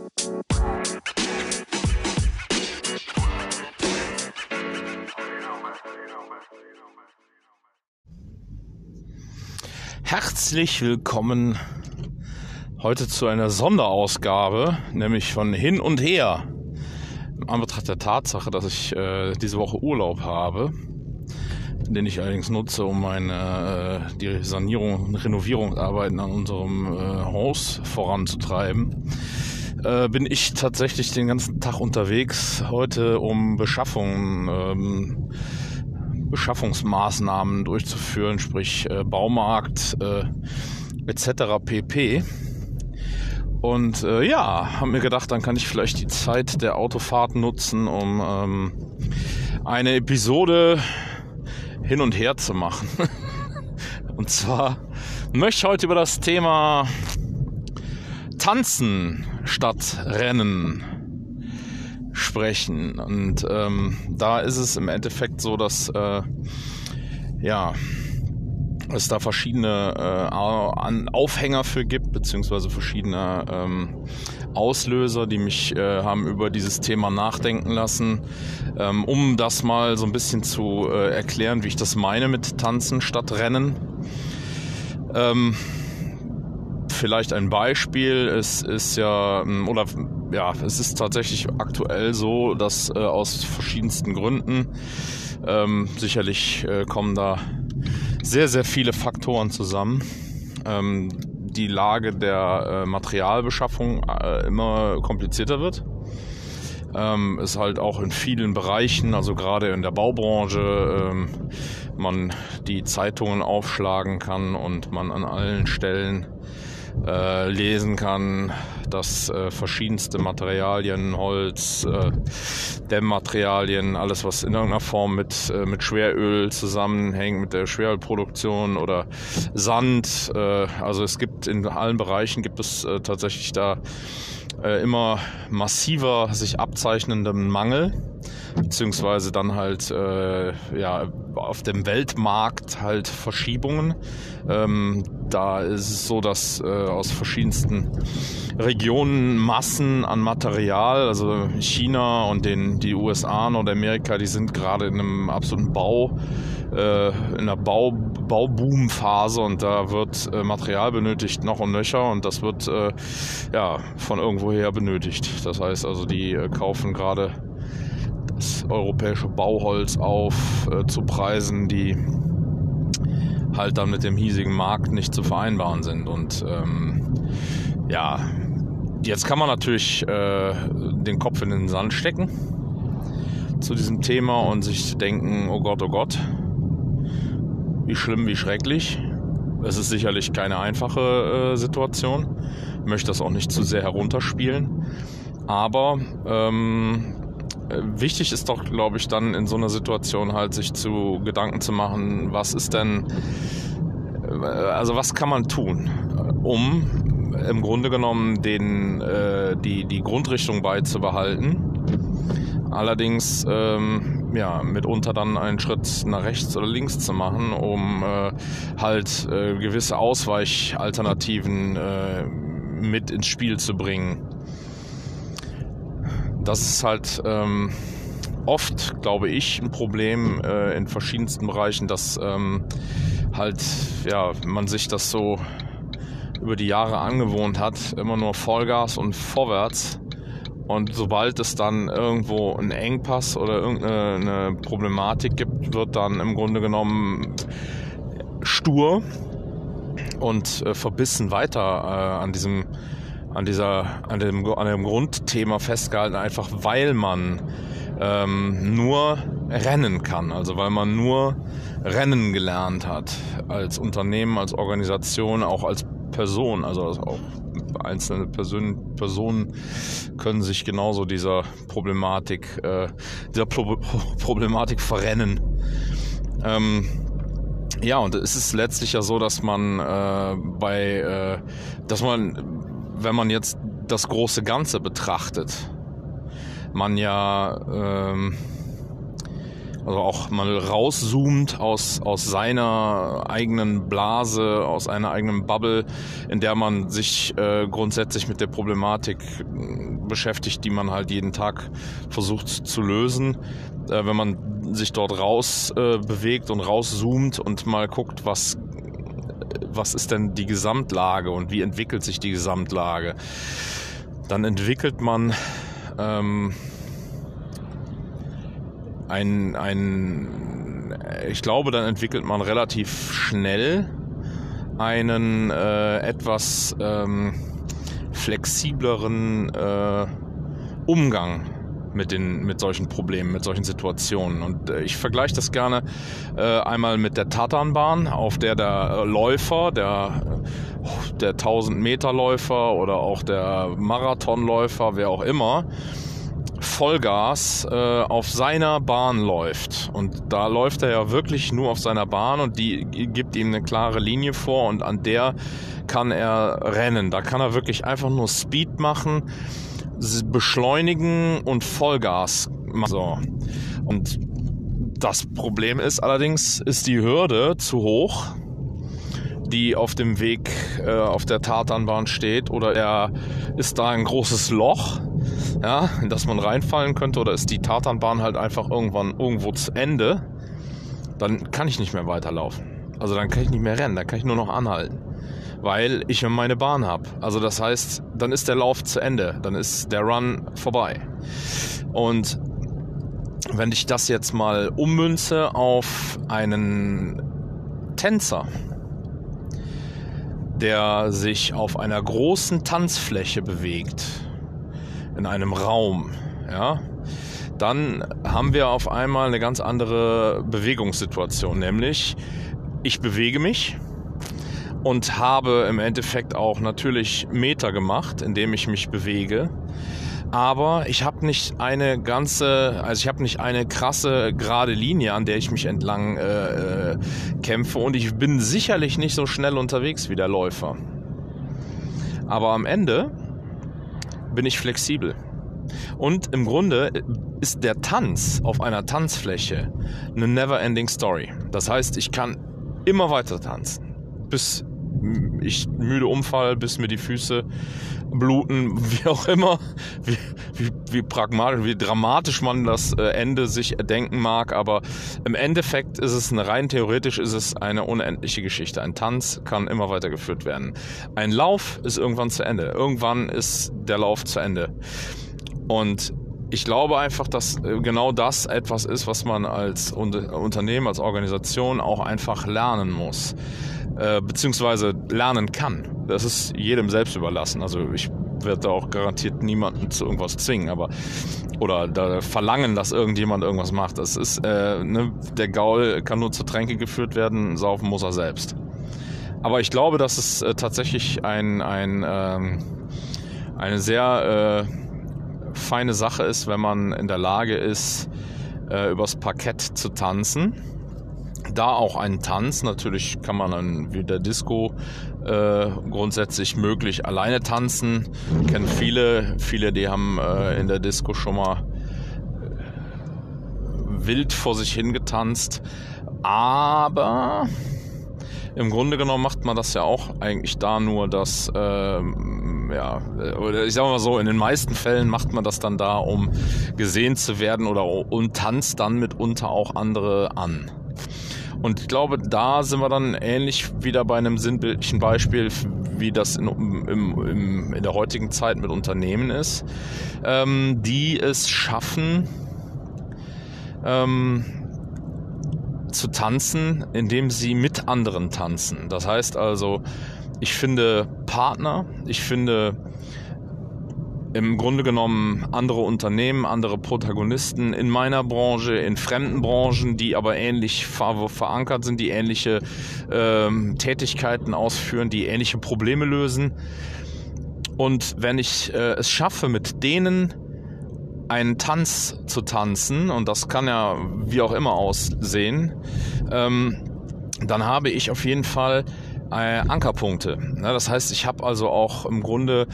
Herzlich willkommen heute zu einer Sonderausgabe, nämlich von Hin und Her. Im Anbetracht der Tatsache, dass ich diese Woche Urlaub habe, den ich allerdings nutze, um die Sanierung und Renovierungsarbeiten an unserem Haus voranzutreiben, bin ich tatsächlich den ganzen Tag unterwegs, heute um Beschaffungsmaßnahmen durchzuführen, sprich Baumarkt etc. pp. Und habe mir gedacht, dann kann ich vielleicht die Zeit der Autofahrt nutzen, um eine Episode hin und her zu machen. Und zwar möchte ich heute über das Thema Tanzen statt Rennen sprechen. Und da ist es im Endeffekt so, dass es da verschiedene Aufhänger für gibt, beziehungsweise verschiedene Auslöser, die mich haben über dieses Thema nachdenken lassen, um das mal so ein bisschen zu erklären, wie ich das meine mit Tanzen statt Rennen. Vielleicht ein Beispiel, es ist tatsächlich aktuell so, dass aus verschiedensten Gründen, sicherlich kommen da sehr, sehr viele Faktoren zusammen, die Lage der Materialbeschaffung immer komplizierter wird. Es halt auch in vielen Bereichen, also gerade in der Baubranche, man die Zeitungen aufschlagen kann und man an allen Stellen lesen kann, dass verschiedenste Materialien, Holz, Dämmmaterialien, alles was in irgendeiner Form mit Schweröl zusammenhängt, mit der Schwerölproduktion oder Sand, also es gibt in allen Bereichen tatsächlich da immer massiver sich abzeichnenden Mangel, beziehungsweise dann halt auf dem Weltmarkt halt Verschiebungen. Da ist es so, dass aus verschiedensten Regionen Massen an Material, also China und die USA, Nordamerika, die sind gerade in einem absoluten in einer Bauboom-Phase, und da wird Material benötigt noch und nöcher, und das wird von irgendwoher benötigt. Das heißt also, die kaufen gerade das europäische Bauholz auf zu Preisen, die halt dann mit dem hiesigen Markt nicht zu vereinbaren sind. Und jetzt kann man natürlich den Kopf in den Sand stecken zu diesem Thema und sich denken, oh Gott, wie schlimm, wie schrecklich. Es ist sicherlich keine einfache Situation. Ich möchte das auch nicht zu sehr herunterspielen. Aber wichtig ist doch, glaube ich, dann in so einer Situation halt sich Gedanken zu machen, was kann man tun, um im Grunde genommen die Grundrichtung beizubehalten. Allerdings mitunter dann einen Schritt nach rechts oder links zu machen, um gewisse Ausweichalternativen mit ins Spiel zu bringen. Das ist halt oft, glaube ich, ein Problem in verschiedensten Bereichen, dass man sich das so über die Jahre angewohnt hat, immer nur Vollgas und vorwärts. Und sobald es dann irgendwo einen Engpass oder irgendeine Problematik gibt, wird dann im Grunde genommen stur und verbissen weiter an dem Grundthema festgehalten, einfach weil man nur rennen kann, also weil man nur Rennen gelernt hat, als Unternehmen, als Organisation, auch als Person, also auch einzelne Personen können sich genauso dieser Problematik verrennen. Und es ist letztlich ja so, dass man wenn man jetzt das große Ganze betrachtet, man ja Also auch mal rauszoomt aus seiner eigenen Blase, aus einer eigenen Bubble, in der man sich grundsätzlich mit der Problematik beschäftigt, die man halt jeden Tag versucht zu lösen. Wenn man sich dort raus bewegt und rauszoomt und mal guckt, was ist denn die Gesamtlage und wie entwickelt sich die Gesamtlage, dann entwickelt man ich glaube, dann entwickelt man relativ schnell einen etwas flexibleren Umgang mit solchen Problemen, mit solchen Situationen. Und ich vergleiche das gerne einmal mit der Tatanbahn, auf der Läufer, der 1000-Meter-Läufer oder auch der Marathonläufer, wer auch immer, Vollgas auf seiner Bahn läuft. Und da läuft er ja wirklich nur auf seiner Bahn und die gibt ihm eine klare Linie vor und an der kann er rennen. Da kann er wirklich einfach nur Speed machen, beschleunigen und Vollgas machen. So. Und das Problem ist allerdings, ist die Hürde zu hoch, die auf dem Weg auf der Tatanbahn steht, oder ist da ein großes Loch, ja, in das man reinfallen könnte, oder ist die Tatanbahn halt einfach irgendwo zu Ende, dann kann ich nicht mehr weiterlaufen. Also dann kann ich nicht mehr rennen, dann kann ich nur noch anhalten, weil ich ja meine Bahn habe. Also das heißt, dann ist der Lauf zu Ende, dann ist der Run vorbei. Und wenn ich das jetzt mal ummünze auf einen Tänzer, der sich auf einer großen Tanzfläche bewegt, in einem Raum, ja, dann haben wir auf einmal eine ganz andere Bewegungssituation, nämlich ich bewege mich und habe im Endeffekt auch natürlich Meter gemacht, indem ich mich bewege, aber ich habe nicht eine krasse gerade Linie, an der ich mich entlang kämpfe, und ich bin sicherlich nicht so schnell unterwegs wie der Läufer. Aber am Ende bin ich flexibel. Und im Grunde ist der Tanz auf einer Tanzfläche eine never-ending Story. Das heißt, ich kann immer weiter tanzen, bis ich müde umfall, bis mir die Füße bluten, wie auch immer, wie pragmatisch, wie dramatisch man das Ende sich erdenken mag, aber im Endeffekt ist es rein theoretisch eine unendliche Geschichte. Ein Tanz kann immer weitergeführt werden. Ein Lauf ist irgendwann zu Ende. Irgendwann ist der Lauf zu Ende. Und ich glaube einfach, dass genau das etwas ist, was man als Unternehmen, als Organisation auch einfach lernen muss. Beziehungsweise lernen kann. Das ist jedem selbst überlassen. Also ich werde da auch garantiert niemanden zu irgendwas zwingen, oder da verlangen, dass irgendjemand irgendwas macht. Das ist, der Gaul kann nur zu Tränke geführt werden, saufen muss er selbst. Aber ich glaube, dass es tatsächlich eine sehr feine Sache ist, wenn man in der Lage ist, übers Parkett zu tanzen. Da auch ein Tanz, natürlich kann man dann wie der Disco grundsätzlich möglich alleine tanzen. Ich kenne viele, die haben in der Disco schon mal wild vor sich hingetanzt. Aber im Grunde genommen macht man das ja auch eigentlich da nur, oder ich sag mal so, in den meisten Fällen macht man das dann da, um gesehen zu werden und tanzt dann mitunter auch andere an. Und ich glaube, da sind wir dann ähnlich wieder bei einem sinnbildlichen Beispiel, wie das in der heutigen Zeit mit Unternehmen ist, die es schaffen, zu tanzen, indem sie mit anderen tanzen. Das heißt also, ich finde Partner, ich finde im Grunde genommen andere Unternehmen, andere Protagonisten in meiner Branche, in fremden Branchen, die aber ähnlich verankert sind, die ähnliche Tätigkeiten ausführen, die ähnliche Probleme lösen. Und wenn ich es schaffe, mit denen einen Tanz zu tanzen, und das kann ja wie auch immer aussehen, dann habe ich auf jeden Fall Ankerpunkte. Das heißt, ich habe also auch im Grunde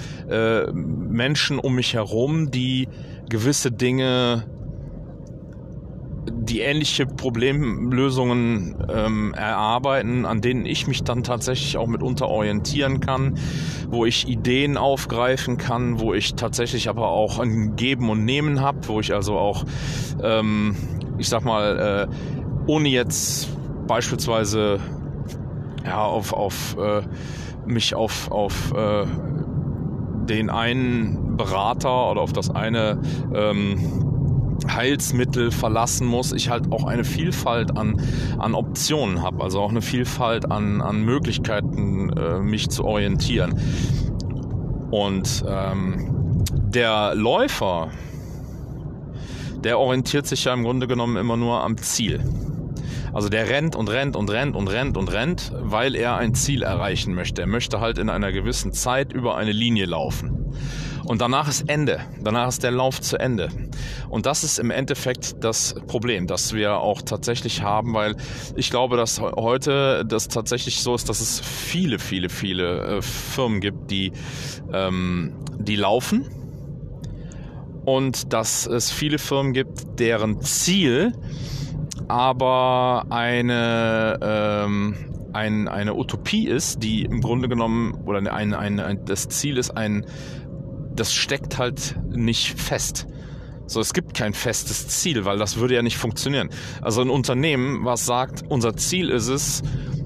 Menschen um mich herum, die gewisse Dinge die ähnliche Problemlösungen erarbeiten, an denen ich mich dann tatsächlich auch mitunter orientieren kann, wo ich Ideen aufgreifen kann, wo ich tatsächlich aber auch ein Geben und Nehmen habe, wo ich also auch, ich sag mal, ohne jetzt beispielsweise mich auf den einen Berater oder auf das eine Heilsmittel verlassen muss, ich halt auch eine Vielfalt an Optionen habe, also auch eine Vielfalt an Möglichkeiten, mich zu orientieren. Und der Läufer, der orientiert sich ja im Grunde genommen immer nur am Ziel. Also der rennt und rennt und rennt und rennt und rennt, weil er ein Ziel erreichen möchte. Er möchte halt in einer gewissen Zeit über eine Linie laufen. Und danach ist Ende. Danach ist der Lauf zu Ende. Und das ist im Endeffekt das Problem, das wir auch tatsächlich haben, weil ich glaube, dass heute das tatsächlich so ist, dass es viele Firmen gibt, die laufen. Und dass es viele Firmen gibt, deren Ziel aber eine Utopie ist, die im Grunde genommen, oder das Ziel ist das steckt halt nicht fest. So, es gibt kein festes Ziel, weil das würde ja nicht funktionieren. Also ein Unternehmen, was sagt, unser Ziel ist es,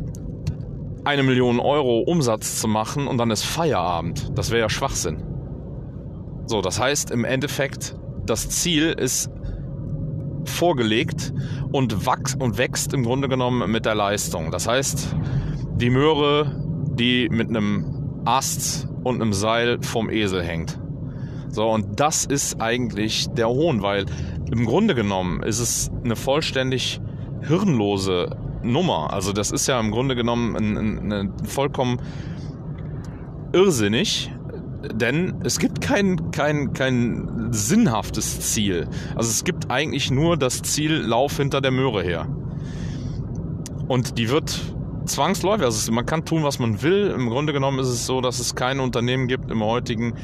1 Million Euro Umsatz zu machen und dann ist Feierabend. Das wäre ja Schwachsinn. So, das heißt im Endeffekt, das Ziel ist vorgelegt und wächst im Grunde genommen mit der Leistung. Das heißt, die Möhre, die mit einem Ast und einem Seil vom Esel hängt. So, und das ist eigentlich der Hohn, weil im Grunde genommen ist es eine vollständig hirnlose Nummer. Also das ist ja im Grunde genommen eine vollkommen irrsinnig. Denn es gibt kein sinnhaftes Ziel. Also es gibt eigentlich nur das Ziel, lauf hinter der Möhre her. Und die wird zwangsläufig, also man kann tun, was man will. Im Grunde genommen ist es so, dass es kein Unternehmen gibt im heutigen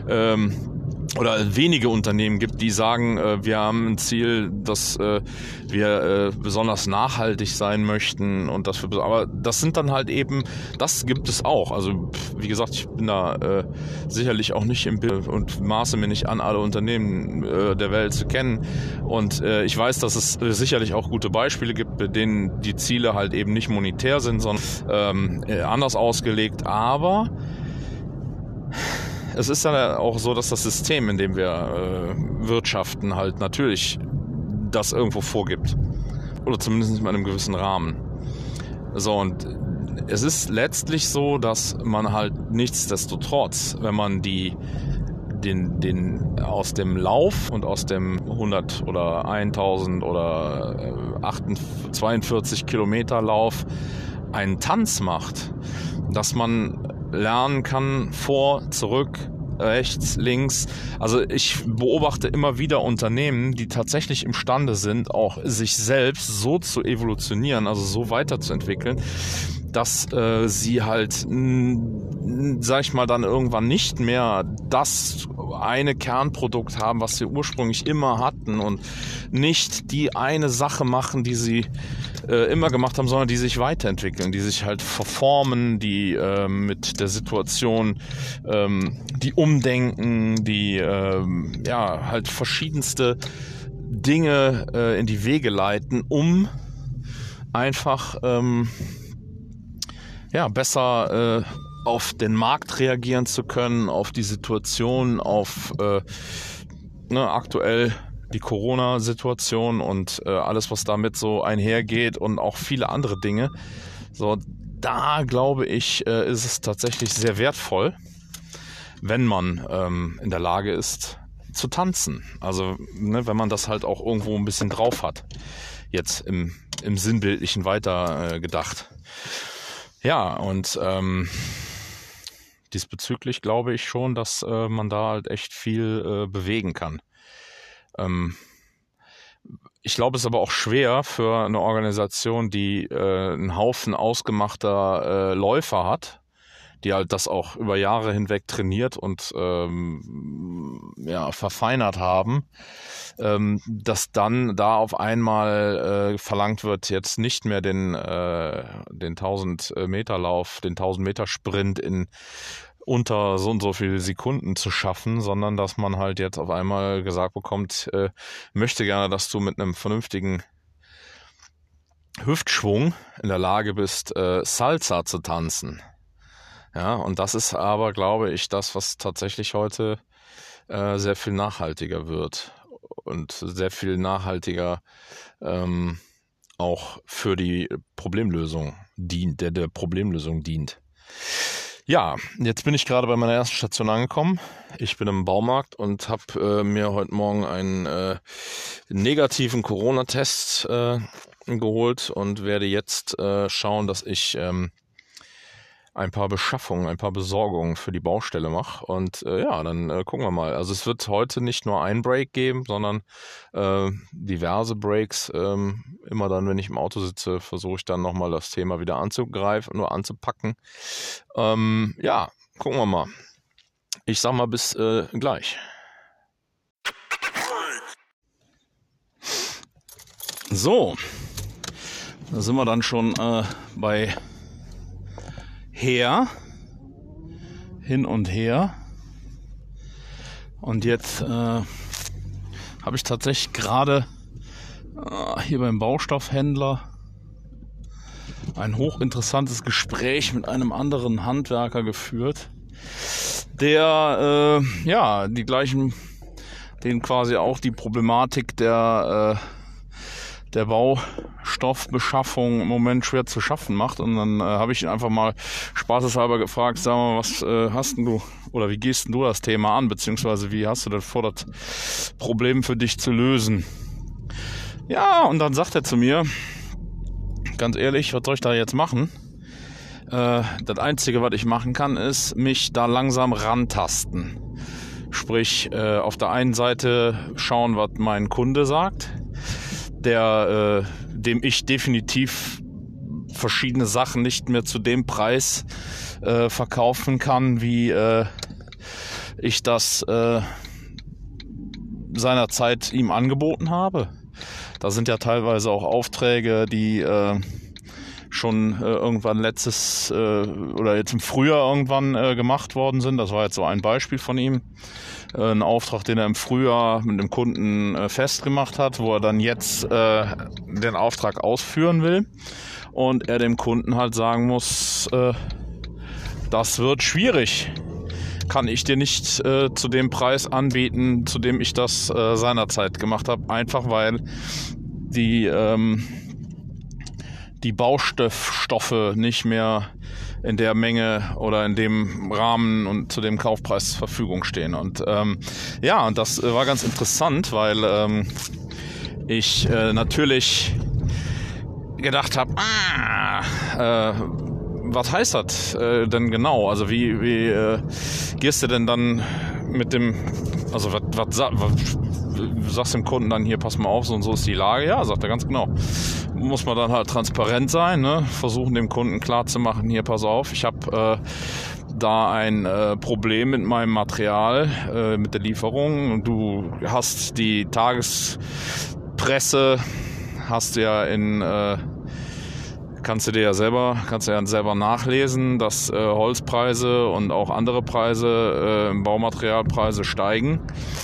oder wenige Unternehmen gibt, die sagen, wir haben ein Ziel, dass wir besonders nachhaltig sein möchten und das aber das sind dann halt eben, das gibt es auch. Also wie gesagt, ich bin da sicherlich auch nicht im Bild und maße mir nicht an, alle Unternehmen der Welt zu kennen. Und ich weiß, dass es sicherlich auch gute Beispiele gibt, bei denen die Ziele halt eben nicht monetär sind, sondern anders ausgelegt. Aber es ist dann auch so, dass das System, in dem wir wirtschaften, halt natürlich das irgendwo vorgibt. Oder zumindest in einem gewissen Rahmen. So, und es ist letztlich so, dass man halt nichtsdestotrotz, wenn man den aus dem Lauf und aus dem 100 oder 1000 oder 42 Kilometer Lauf einen Tanz macht, dass man lernen kann, vor, zurück, rechts, links. Also ich beobachte immer wieder Unternehmen, die tatsächlich imstande sind, auch sich selbst so zu evolutionieren, also so weiterzuentwickeln, dass sie halt, sag ich mal, dann irgendwann nicht mehr das eine Kernprodukt haben, was sie ursprünglich immer hatten und nicht die eine Sache machen, die sie immer gemacht haben, sondern die sich weiterentwickeln, die sich halt verformen, die mit der Situation, die umdenken, die halt verschiedenste Dinge in die Wege leiten, um einfach besser auf den Markt reagieren zu können, auf die Situation, auf aktuell die Corona-Situation und alles, was damit so einhergeht und auch viele andere Dinge. So, da glaube ich, ist es tatsächlich sehr wertvoll, wenn man in der Lage ist zu tanzen. Also wenn man das halt auch irgendwo ein bisschen drauf hat. Jetzt im Sinnbildlichen weiter gedacht. Ja, und diesbezüglich glaube ich schon, dass man da halt echt viel bewegen kann. Ich glaube, es ist aber auch schwer für eine Organisation, die einen Haufen ausgemachter Läufer hat, die halt das auch über Jahre hinweg trainiert und verfeinert haben, dass dann da auf einmal verlangt wird, jetzt nicht mehr den 1000 Meter Lauf, den 1000 Meter Sprint in unter so und so viele Sekunden zu schaffen, sondern dass man halt jetzt auf einmal gesagt bekommt, möchte gerne, dass du mit einem vernünftigen Hüftschwung in der Lage bist, Salsa zu tanzen. Ja, und das ist aber, glaube ich, das, was tatsächlich heute sehr viel nachhaltiger wird und sehr viel nachhaltiger auch für die Problemlösung dient, der Problemlösung dient. Ja, jetzt bin ich gerade bei meiner ersten Station angekommen. Ich bin im Baumarkt und habe mir heute Morgen einen negativen Corona-Test geholt und werde jetzt schauen, dass ich ein paar Beschaffungen, ein paar Besorgungen für die Baustelle mache. Und dann gucken wir mal. Also es wird heute nicht nur ein Break geben, sondern diverse Breaks. Immer dann, wenn ich im Auto sitze, versuche ich dann nochmal das Thema wieder anzupacken. Gucken wir mal. Ich sag mal bis gleich. So, da sind wir dann schon bei hin und her. Und jetzt habe ich tatsächlich gerade hier beim Baustoffhändler ein hochinteressantes Gespräch mit einem anderen Handwerker geführt, der den quasi auch die Problematik der Baustoffbeschaffung im Moment schwer zu schaffen macht. Und dann habe ich ihn einfach mal spaßeshalber gefragt, sag mal, was hast denn du oder wie gehst denn du das Thema an, beziehungsweise wie hast du denn vor, das Problem für dich zu lösen? Ja, und dann sagt er zu mir, ganz ehrlich, was soll ich da jetzt machen? Das Einzige, was ich machen kann, ist mich da langsam rantasten. Sprich, auf der einen Seite schauen, was mein Kunde sagt, dem ich definitiv verschiedene Sachen nicht mehr zu dem Preis verkaufen kann, wie ich das seinerzeit ihm angeboten habe. Da sind ja teilweise auch Aufträge, die schon irgendwann letztes oder jetzt im Frühjahr irgendwann gemacht worden sind. Das war jetzt so ein Beispiel von ihm. Ein Auftrag, den er im Frühjahr mit dem Kunden festgemacht hat, wo er dann jetzt den Auftrag ausführen will und er dem Kunden halt sagen muss, das wird schwierig. Kann ich dir nicht zu dem Preis anbieten, zu dem ich das seinerzeit gemacht habe, einfach weil die Baustoffe nicht mehr in der Menge oder in dem Rahmen und zu dem Kaufpreis zur Verfügung stehen. Und und das war ganz interessant, weil ich natürlich gedacht habe, was heißt das denn genau? Also wie gehst du denn dann mit dem, also was sagst dem Kunden dann hier, pass mal auf, so und so ist die Lage? Ja, sagt er ganz genau. Muss man dann halt transparent sein, ne? Versuchen dem Kunden klarzumachen, hier, pass auf, ich habe da ein Problem mit meinem Material, mit der Lieferung. Du hast die Tagespresse, hast du ja kannst du ja selber nachlesen, dass Holzpreise und auch andere Preise, Baumaterialpreise steigen.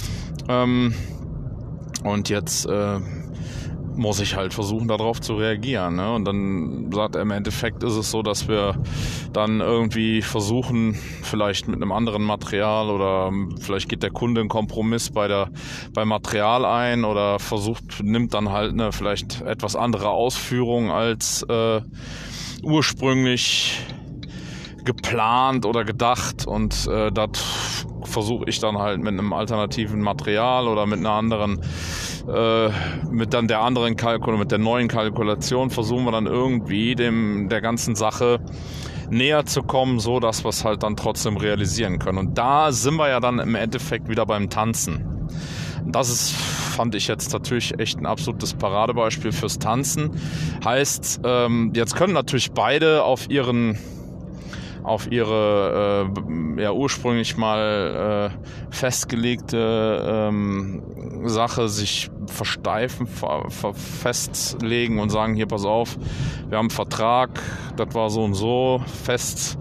Und jetzt muss ich halt versuchen, darauf zu reagieren, ne? Und dann sagt er, im Endeffekt ist es so, dass wir dann irgendwie versuchen, vielleicht mit einem anderen Material oder vielleicht geht der Kunde einen Kompromiss beim Material ein oder nimmt dann halt eine vielleicht etwas andere Ausführung als ursprünglich geplant oder gedacht, und das versuche ich dann halt mit einem alternativen Material oder mit einer anderen mit der neuen Kalkulation versuchen wir dann irgendwie der ganzen Sache näher zu kommen, so dass wir es halt dann trotzdem realisieren können. Und da sind wir ja dann im Endeffekt wieder beim Tanzen. Das fand ich jetzt natürlich echt ein absolutes Paradebeispiel fürs Tanzen. Heißt, jetzt können natürlich beide auf ihren auf ihre ursprünglich mal festgelegte Sache sich versteifen, festlegen und sagen, hier, pass auf, wir haben einen Vertrag, das war so und so fest,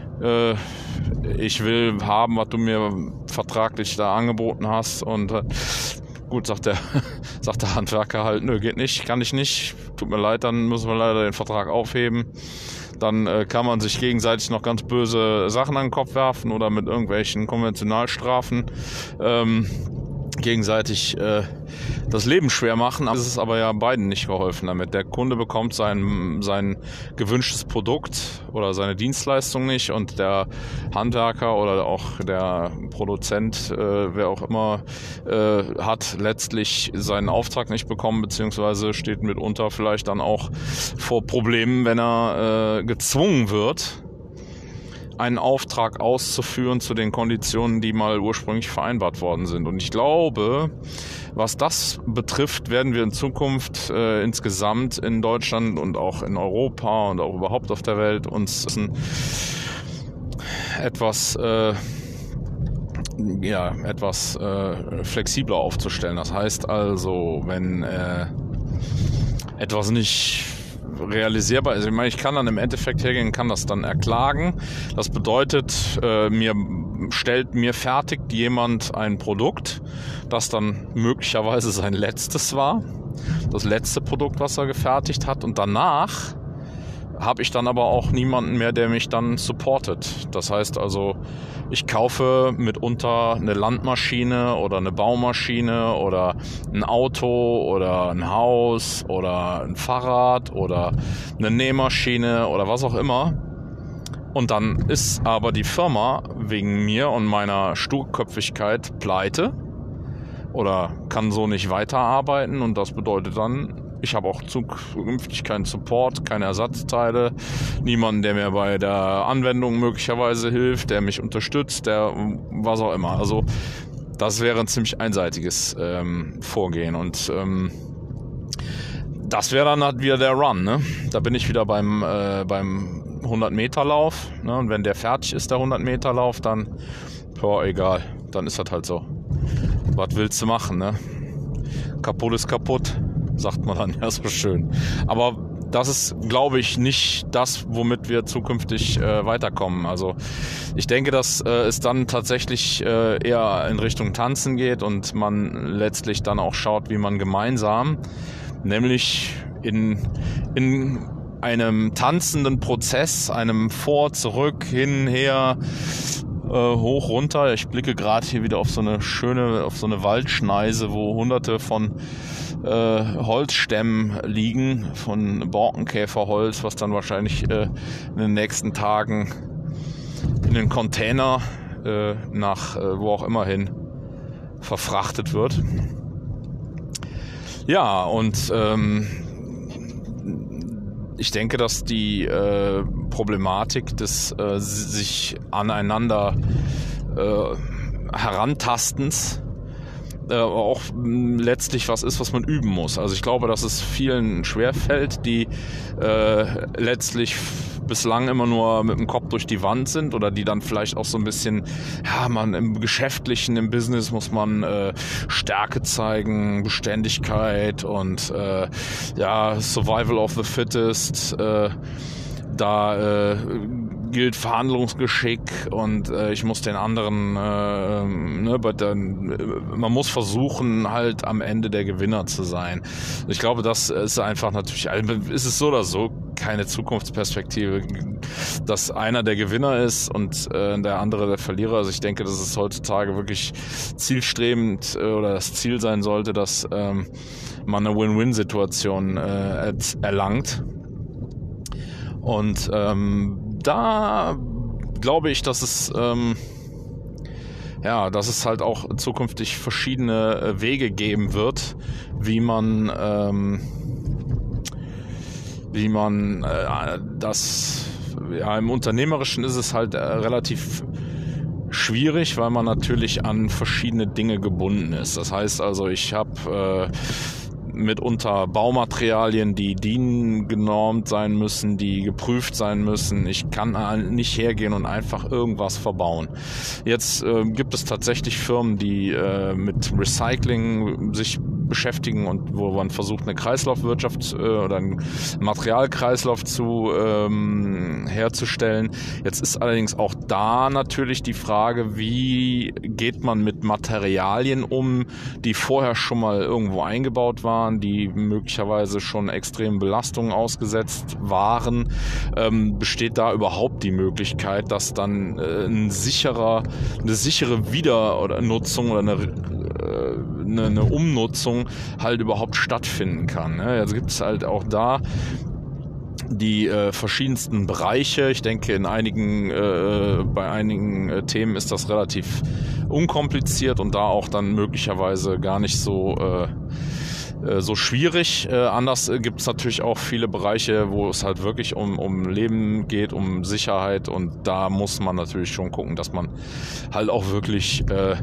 ich will haben, was du mir vertraglich da angeboten hast. Und gut, sagt der Handwerker halt, nö, geht nicht, kann ich nicht, tut mir leid, dann müssen wir leider den Vertrag aufheben. Dann kann man sich gegenseitig noch ganz böse Sachen an den Kopf werfen oder mit irgendwelchen Konventionalstrafen gegenseitig das Leben schwer machen. Es ist aber ja beiden nicht geholfen damit. Der Kunde bekommt sein gewünschtes Produkt oder seine Dienstleistung nicht und der Handwerker oder auch der Produzent, wer auch immer, hat letztlich seinen Auftrag nicht bekommen, beziehungsweise steht mitunter vielleicht dann auch vor Problemen, wenn er gezwungen wird, einen Auftrag auszuführen zu den Konditionen, die mal ursprünglich vereinbart worden sind. Und ich glaube, was das betrifft, werden wir in Zukunft insgesamt in Deutschland und auch in Europa und auch überhaupt auf der Welt uns etwas flexibler aufzustellen. Das heißt also, wenn etwas nicht realisierbar ist. Ich meine, ich kann dann im Endeffekt hergehen, kann das dann erklagen. Das bedeutet, stellt mir fertigt jemand ein Produkt, das dann möglicherweise sein letztes war, das letzte Produkt, was er gefertigt hat, und danach habe ich dann aber auch niemanden mehr, der mich dann supportet. Das heißt also, ich kaufe mitunter eine Landmaschine oder eine Baumaschine oder ein Auto oder ein Haus oder ein Fahrrad oder eine Nähmaschine oder was auch immer. Und dann ist aber die Firma wegen mir und meiner Sturköpfigkeit pleite oder kann so nicht weiterarbeiten, und das bedeutet dann, ich habe auch zukünftig keinen Support, keine Ersatzteile, niemanden, der mir bei der Anwendung möglicherweise hilft, der mich unterstützt, der was auch immer. Also das wäre ein ziemlich einseitiges Vorgehen, und das wäre dann halt wieder der Run, ne? Da bin ich wieder beim 100-Meter-Lauf, ne? Und wenn der fertig ist, der 100-Meter-Lauf, dann, egal, dann ist das halt so. Was willst du machen, ne? Kaputt ist kaputt, sagt man dann ja so schön. Aber das ist, glaube ich, nicht das, womit wir zukünftig weiterkommen. Also ich denke, dass es dann tatsächlich eher in Richtung Tanzen geht und man letztlich dann auch schaut, wie man gemeinsam, nämlich in einem tanzenden Prozess, einem Vor, Zurück, hin, her, hoch, runter. Ich blicke gerade hier wieder auf so eine Waldschneise, wo hunderte von Holzstämmen liegen, von Borkenkäferholz, was dann wahrscheinlich in den nächsten Tagen in den Container nach wo auch immer hin verfrachtet wird. Ja, und ich denke, dass die Problematik des sich aneinander herantastens auch letztlich was ist, was man üben muss. Also ich glaube, dass es vielen schwerfällt, die letztlich bislang immer nur mit dem Kopf durch die Wand sind oder die dann vielleicht auch so ein bisschen, ja, man im Geschäftlichen, im Business muss man Stärke zeigen, Beständigkeit und Survival of the Fittest, da gilt Verhandlungsgeschick und ich muss den anderen, man muss versuchen, halt am Ende der Gewinner zu sein. Ich glaube, das ist einfach natürlich, ist es so oder so keine Zukunftsperspektive, dass einer der Gewinner ist und der andere der Verlierer. Also ich denke, dass es heutzutage wirklich zielstrebend oder das Ziel sein sollte, dass man eine Win-Win-Situation erlangt. Und da glaube ich, dass es halt auch zukünftig verschiedene Wege geben wird, wie man das, ja, im Unternehmerischen ist es halt relativ schwierig, weil man natürlich an verschiedene Dinge gebunden ist. Das heißt also, ich habe mitunter Baumaterialien, die DIN genormt sein müssen, die geprüft sein müssen. Ich kann nicht hergehen und einfach irgendwas verbauen. Jetzt gibt es tatsächlich Firmen, die mit Recycling sich beschäftigen und wo man versucht, eine Kreislaufwirtschaft oder einen Materialkreislauf herzustellen. Jetzt ist allerdings auch da natürlich die Frage, wie geht man mit Materialien um, die vorher schon mal irgendwo eingebaut waren, die möglicherweise schon extremen Belastungen ausgesetzt waren. Besteht da überhaupt die Möglichkeit, dass dann eine sichere Wiedernutzung oder eine Umnutzung halt überhaupt stattfinden kann. Ne? Also gibt es halt auch da die verschiedensten Bereiche. Ich denke, bei einigen Themen ist das relativ unkompliziert und da auch dann möglicherweise gar nicht so schwierig. Anders gibt es natürlich auch viele Bereiche, wo es halt wirklich um Leben geht, um Sicherheit, und da muss man natürlich schon gucken, dass man halt auch wirklich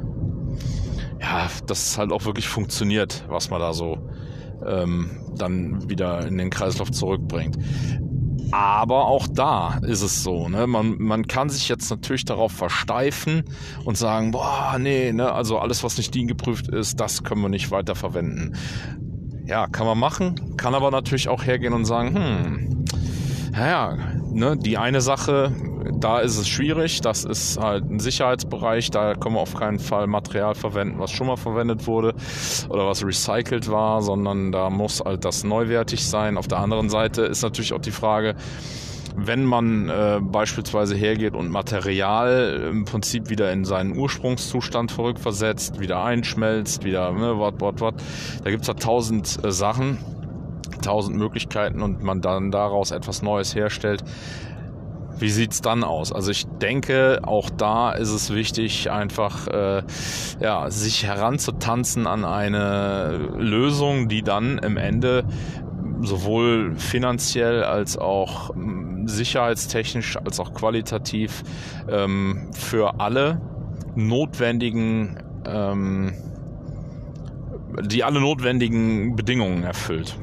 dass es halt auch wirklich funktioniert, was man da so dann wieder in den Kreislauf zurückbringt. Aber auch da ist es so, ne? Man kann sich jetzt natürlich darauf versteifen und sagen, also alles, was nicht DIN geprüft ist, das können wir nicht weiter verwenden. Ja, kann man machen, kann aber natürlich auch hergehen und sagen, die eine Sache, da ist es schwierig, das ist halt ein Sicherheitsbereich, da können wir auf keinen Fall Material verwenden, was schon mal verwendet wurde oder was recycelt war, sondern da muss halt das neuwertig sein. Auf der anderen Seite ist natürlich auch die Frage, wenn man beispielsweise hergeht und Material im Prinzip wieder in seinen Ursprungszustand zurückversetzt, wieder einschmelzt, wieder da gibt es ja 1000 Sachen, 1000 Möglichkeiten und man dann daraus etwas Neues herstellt. Wie sieht's dann aus? Also ich denke, auch da ist es wichtig, einfach sich heranzutanzen an eine Lösung, die dann im Ende sowohl finanziell als auch sicherheitstechnisch als auch qualitativ für alle notwendigen Bedingungen erfüllt.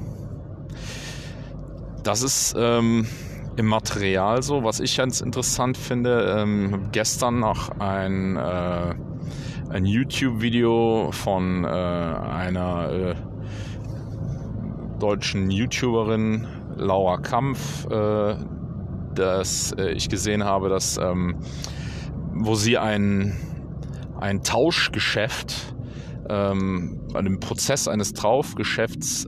Das ist im Material so. Was ich ganz interessant finde, gestern noch ein YouTube-Video von einer deutschen YouTuberin, Laura Kampf, das ich gesehen habe, wo sie ein Tauschgeschäft, einen Prozess eines Tauschgeschäfts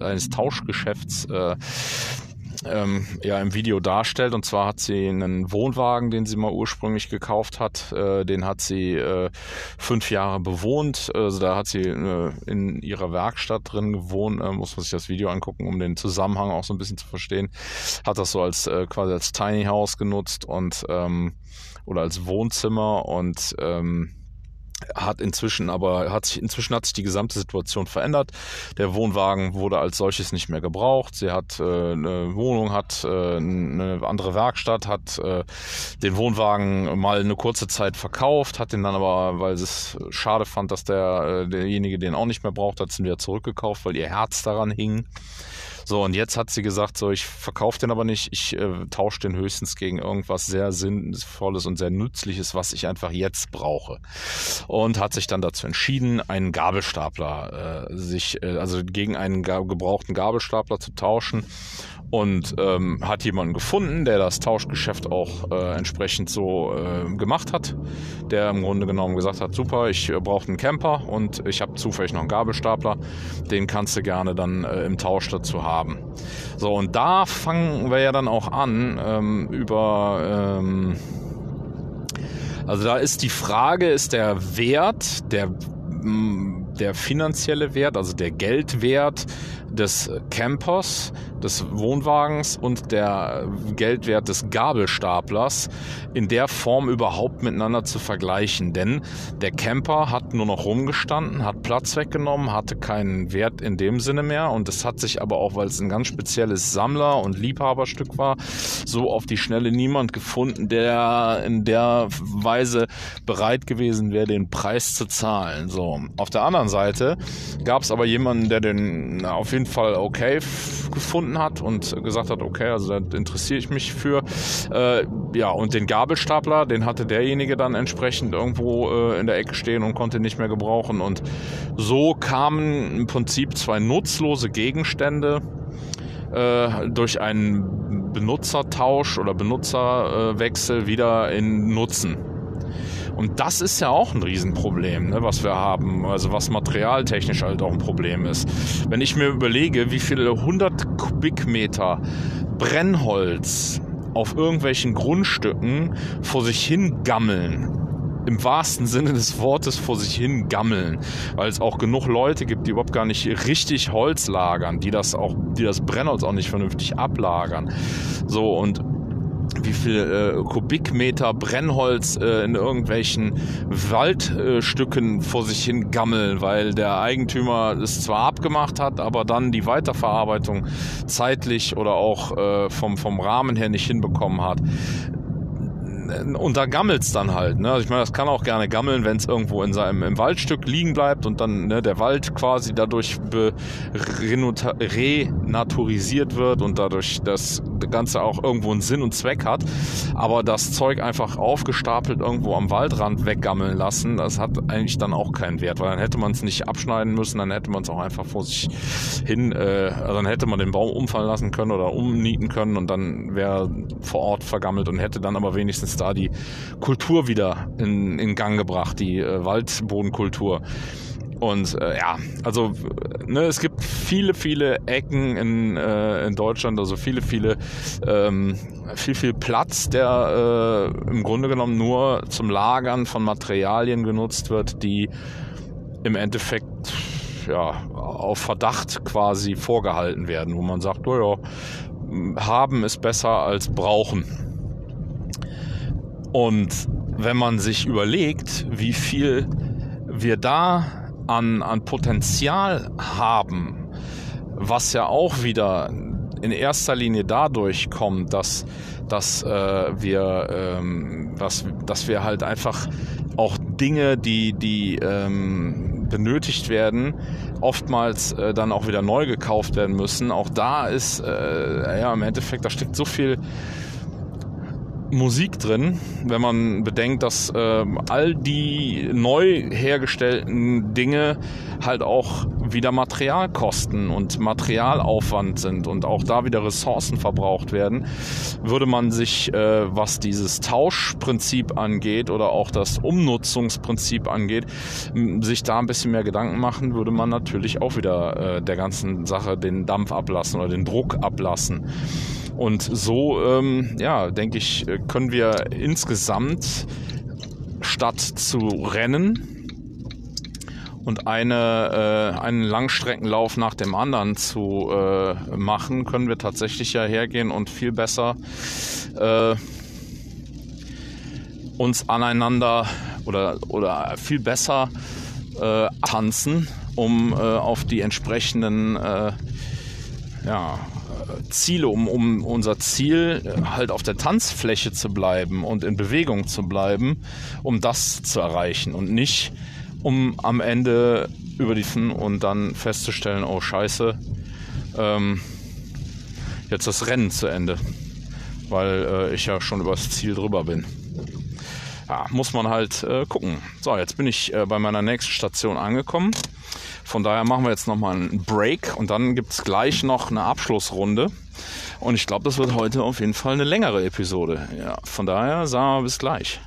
im Video darstellt. Und zwar hat sie einen Wohnwagen, den sie mal ursprünglich gekauft hat, den hat sie 5 Jahre bewohnt. Also da hat sie in ihrer Werkstatt drin gewohnt, muss man sich das Video angucken, um den Zusammenhang auch so ein bisschen zu verstehen. Hat das so quasi als Tiny House genutzt und oder als Wohnzimmer und hat sich inzwischen die gesamte Situation verändert. Der Wohnwagen wurde als solches nicht mehr gebraucht. Sie hat eine Wohnung, hat eine andere Werkstatt, hat den Wohnwagen mal eine kurze Zeit verkauft, hat den dann aber, weil sie es schade fand, dass derjenige den auch nicht mehr braucht, hat ihn wieder zurückgekauft, weil ihr Herz daran hing. So, und jetzt hat sie gesagt, so, ich verkaufe den aber nicht, ich tausche den höchstens gegen irgendwas sehr Sinnvolles und sehr Nützliches, was ich einfach jetzt brauche. Und hat sich dann dazu entschieden, einen Gabelstapler gegen einen gebrauchten Gabelstapler zu tauschen. Und hat jemanden gefunden, der das Tauschgeschäft auch entsprechend so gemacht hat, der im Grunde genommen gesagt hat, super, ich brauche einen Camper und ich habe zufällig noch einen Gabelstapler, den kannst du gerne dann im Tausch dazu haben. So, und da fangen wir ja dann auch an also da ist die Frage, ist der Wert, der finanzielle Wert, also der Geldwert des Campers, des Wohnwagens und der Geldwert des Gabelstaplers in der Form überhaupt miteinander zu vergleichen. Denn der Camper hat nur noch rumgestanden, hat Platz weggenommen, hatte keinen Wert in dem Sinne mehr und es hat sich aber auch, weil es ein ganz spezielles Sammler- und Liebhaberstück war, so auf die Schnelle niemand gefunden, der in der Weise bereit gewesen wäre, den Preis zu zahlen. So, auf der anderen anderen Seite gab es aber jemanden, der den auf jeden Fall okay gefunden hat und gesagt hat, okay, also da interessiere ich mich für. Und den Gabelstapler, den hatte derjenige dann entsprechend irgendwo in der Ecke stehen und konnte ihn nicht mehr gebrauchen. Und so kamen im Prinzip zwei nutzlose Gegenstände durch einen Benutzertausch oder Benutzerwechsel wieder in Nutzen. Und das ist ja auch ein Riesenproblem, ne, was wir haben, also was materialtechnisch halt auch ein Problem ist. Wenn ich mir überlege, wie viele 100 Kubikmeter Brennholz auf irgendwelchen Grundstücken vor sich hin gammeln, im wahrsten Sinne des Wortes vor sich hin gammeln, weil es auch genug Leute gibt, die überhaupt gar nicht richtig Holz lagern, die das Brennholz auch nicht vernünftig ablagern. So, und wie viel Kubikmeter Brennholz in irgendwelchen Waldstücken vor sich hin gammeln, weil der Eigentümer es zwar abgemacht hat, aber dann die Weiterverarbeitung zeitlich oder auch vom Rahmen her nicht hinbekommen hat. Und da gammelt's dann halt, ne? Also ich meine, das kann auch gerne gammeln, wenn es irgendwo im Waldstück liegen bleibt und dann der Wald quasi dadurch renaturisiert wird und dadurch das Ganze auch irgendwo einen Sinn und Zweck hat. Aber das Zeug einfach aufgestapelt irgendwo am Waldrand weggammeln lassen, das hat eigentlich dann auch keinen Wert, weil dann hätte man es nicht abschneiden müssen, dann hätte man es auch einfach vor sich hin, dann hätte man den Baum umfallen lassen können oder umnieten können und dann wäre vor Ort vergammelt und hätte dann aber wenigstens da die Kultur wieder in Gang gebracht, die Waldbodenkultur. Und es gibt viele Ecken in Deutschland, also viel Platz, der im Grunde genommen nur zum Lagern von Materialien genutzt wird, die im Endeffekt auf Verdacht quasi vorgehalten werden, wo man sagt, haben ist besser als brauchen. Und wenn man sich überlegt, wie viel wir da an Potenzial haben, was ja auch wieder in erster Linie dadurch kommt, dass wir halt einfach auch Dinge, die benötigt werden, oftmals dann auch wieder neu gekauft werden müssen. Auch da ist im Endeffekt, da steckt so viel Musik drin, wenn man bedenkt, dass all die neu hergestellten Dinge halt auch wieder Material kosten und Materialaufwand sind und auch da wieder Ressourcen verbraucht werden, würde man sich, was dieses Tauschprinzip angeht oder auch das Umnutzungsprinzip angeht, sich da ein bisschen mehr Gedanken machen, würde man natürlich auch wieder der ganzen Sache den Dampf ablassen oder den Druck ablassen. Und so, denke ich, können wir insgesamt statt zu rennen und einen Langstreckenlauf nach dem anderen zu machen, können wir tatsächlich ja hergehen und viel besser uns aneinander oder viel besser tanzen, um auf die entsprechenden Ziele, um unser Ziel halt auf der Tanzfläche zu bleiben und in Bewegung zu bleiben, um das zu erreichen und nicht um am Ende und dann festzustellen, oh Scheiße, jetzt das Rennen zu Ende, weil ich ja schon über das Ziel drüber bin. Ja, muss man halt gucken. So, jetzt bin ich bei meiner nächsten Station angekommen. Von daher machen wir jetzt nochmal einen Break und dann gibt es gleich noch eine Abschlussrunde. Und ich glaube, das wird heute auf jeden Fall eine längere Episode. Ja, von daher sagen wir bis gleich.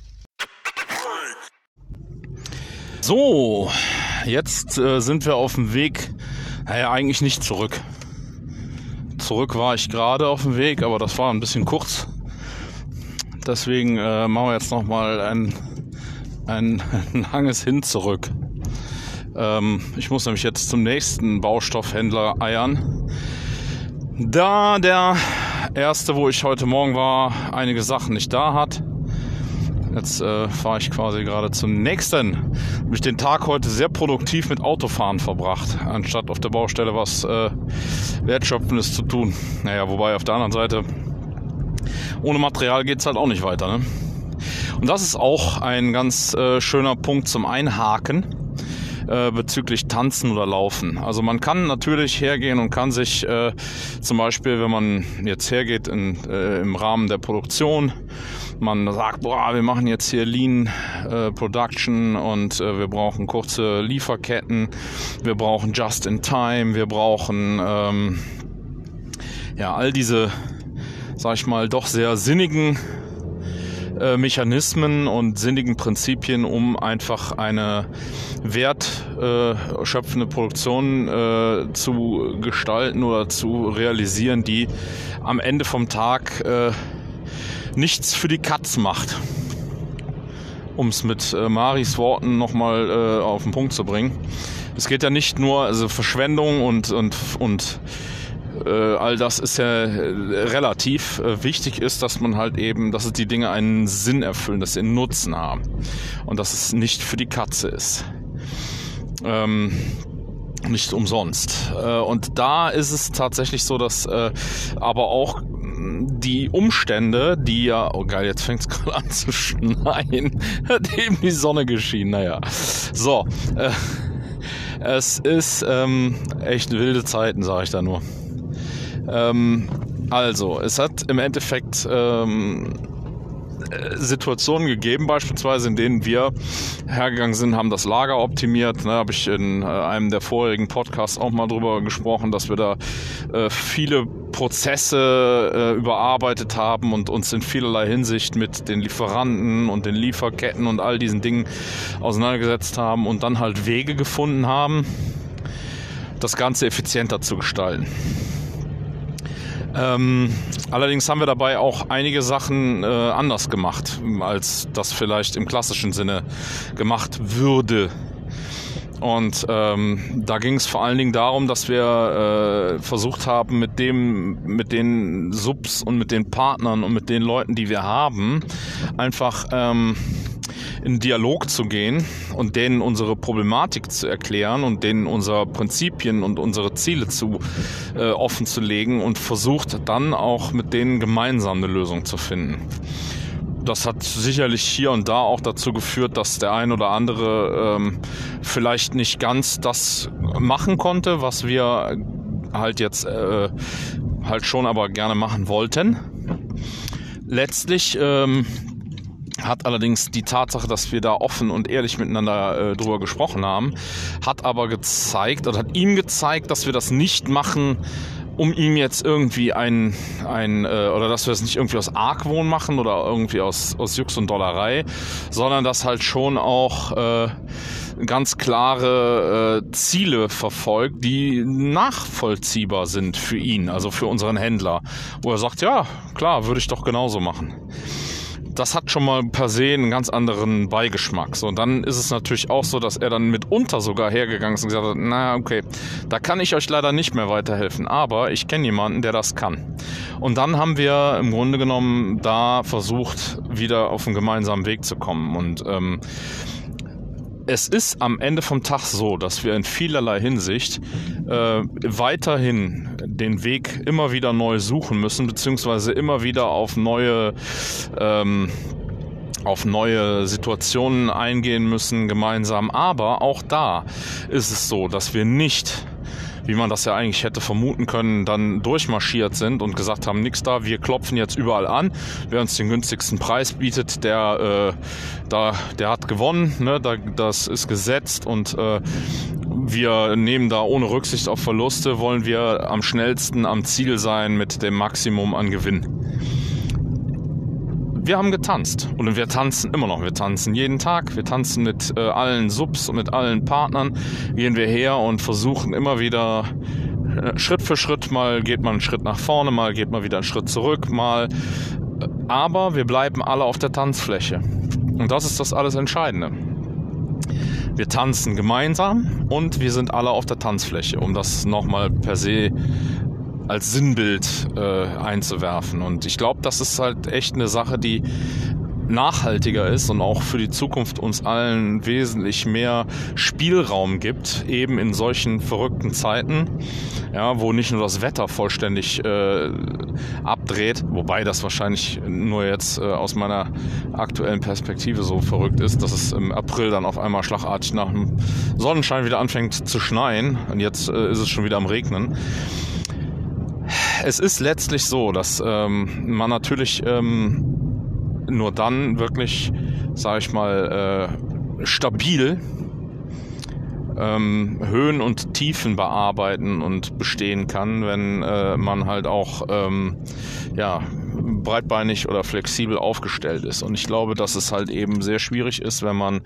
So, jetzt sind wir auf dem Weg. Eigentlich nicht zurück. Zurück war ich gerade auf dem Weg, aber das war ein bisschen kurz. Deswegen machen wir jetzt nochmal ein langes Hin zurück. Ich muss nämlich jetzt zum nächsten Baustoffhändler eiern. Da der erste, wo ich heute Morgen war, einige Sachen nicht da hat. Jetzt fahre ich quasi gerade zum nächsten. Habe ich den Tag heute sehr produktiv mit Autofahren verbracht, anstatt auf der Baustelle was Wertschöpfendes zu tun. Naja, wobei auf der anderen Seite, ohne Material geht es halt auch nicht weiter, ne? Und das ist auch ein ganz schöner Punkt zum Einhaken. bezüglich Tanzen oder Laufen. Also man kann natürlich hergehen und kann sich zum Beispiel, wenn man jetzt hergeht im Rahmen der Produktion, man sagt, wir machen jetzt hier Lean Production und wir brauchen kurze Lieferketten, wir brauchen Just-in-Time, wir brauchen all diese, sag ich mal, doch sehr sinnigen Mechanismen und sinnigen Prinzipien, um einfach eine wertschöpfende Produktion zu gestalten oder zu realisieren, die am Ende vom Tag nichts für die Katz macht. Um es mit Maris Worten nochmal auf den Punkt zu bringen. Es geht ja nicht nur, also Verschwendung und all das ist ja relativ. Wichtig ist, dass man halt eben, dass es die Dinge einen Sinn erfüllen, dass sie einen Nutzen haben und dass es nicht für die Katze ist. Nicht umsonst. Und da ist es tatsächlich so, dass aber auch die Umstände, die ja, oh geil, jetzt fängt es gerade an zu schneien, hat eben die Sonne geschienen, naja. So, es ist echt wilde Zeiten, sage ich da nur. Also, es hat im Endeffekt Situationen gegeben, beispielsweise, in denen wir hergegangen sind, haben das Lager optimiert. Da habe ich in einem der vorherigen Podcasts auch mal drüber gesprochen, dass wir da viele Prozesse überarbeitet haben und uns in vielerlei Hinsicht mit den Lieferanten und den Lieferketten und all diesen Dingen auseinandergesetzt haben und dann halt Wege gefunden haben, das Ganze effizienter zu gestalten. Allerdings haben wir dabei auch einige Sachen anders gemacht, als das vielleicht im klassischen Sinne gemacht würde. Und da ging es vor allen Dingen darum, dass wir versucht haben, mit den Subs und mit den Partnern und mit den Leuten, die wir haben, einfach in Dialog zu gehen und denen unsere Problematik zu erklären und denen unsere Prinzipien und unsere Ziele offen zu legen und versucht dann auch mit denen gemeinsam eine Lösung zu finden. Das hat sicherlich hier und da auch dazu geführt, dass der ein oder andere vielleicht nicht ganz das machen konnte, was wir halt jetzt halt schon aber gerne machen wollten. Letztlich hat allerdings die Tatsache, dass wir da offen und ehrlich miteinander drüber gesprochen haben, hat aber gezeigt oder hat ihm gezeigt, dass wir das nicht machen, um ihm jetzt irgendwie oder dass wir es nicht irgendwie aus Argwohn machen oder irgendwie aus Jux und Dollerei, sondern dass halt schon auch ganz klare Ziele verfolgt, die nachvollziehbar sind für ihn, also für unseren Händler, wo er sagt, ja, klar, würde ich doch genauso machen. Das hat schon mal per se einen ganz anderen Beigeschmack. So, und dann ist es natürlich auch so, dass er dann mitunter sogar hergegangen ist und gesagt hat, na okay, da kann ich euch leider nicht mehr weiterhelfen, aber ich kenne jemanden, der das kann. Und dann haben wir im Grunde genommen da versucht, wieder auf einen gemeinsamen Weg zu kommen. Und es ist am Ende vom Tag so, dass wir in vielerlei Hinsicht weiterhin den Weg immer wieder neu suchen müssen, beziehungsweise immer wieder auf neue Situationen eingehen müssen gemeinsam. Aber auch da ist es so, dass wir nicht, wie man das ja eigentlich hätte vermuten können, dann durchmarschiert sind und gesagt haben, nix da, wir klopfen jetzt überall an, wer uns den günstigsten Preis bietet, der hat gewonnen, ne? Das ist gesetzt und wir nehmen da ohne Rücksicht auf Verluste, wollen wir am schnellsten am Ziel sein mit dem Maximum an Gewinn. Wir haben getanzt und wir tanzen immer noch. Wir tanzen jeden Tag. Wir tanzen mit allen Subs und mit allen Partnern. Gehen wir her und versuchen immer wieder Schritt für Schritt. Mal geht man einen Schritt nach vorne, mal geht man wieder einen Schritt zurück, aber wir bleiben alle auf der Tanzfläche. Und das ist das alles Entscheidende. Wir tanzen gemeinsam und wir sind alle auf der Tanzfläche, um das nochmal per se als Sinnbild einzuwerfen. Und ich glaube, das ist halt echt eine Sache, die nachhaltiger ist und auch für die Zukunft uns allen wesentlich mehr Spielraum gibt, eben in solchen verrückten Zeiten, ja, wo nicht nur das Wetter vollständig abdreht, wobei das wahrscheinlich nur jetzt aus meiner aktuellen Perspektive so verrückt ist, dass es im April dann auf einmal schlagartig nach dem Sonnenschein wieder anfängt zu schneien und jetzt ist es schon wieder am Regnen. Es ist letztlich so, dass man natürlich nur dann wirklich, sage ich mal, stabil Höhen und Tiefen bearbeiten und bestehen kann, wenn man halt auch breitbeinig oder flexibel aufgestellt ist. Und ich glaube, dass es halt eben sehr schwierig ist, wenn man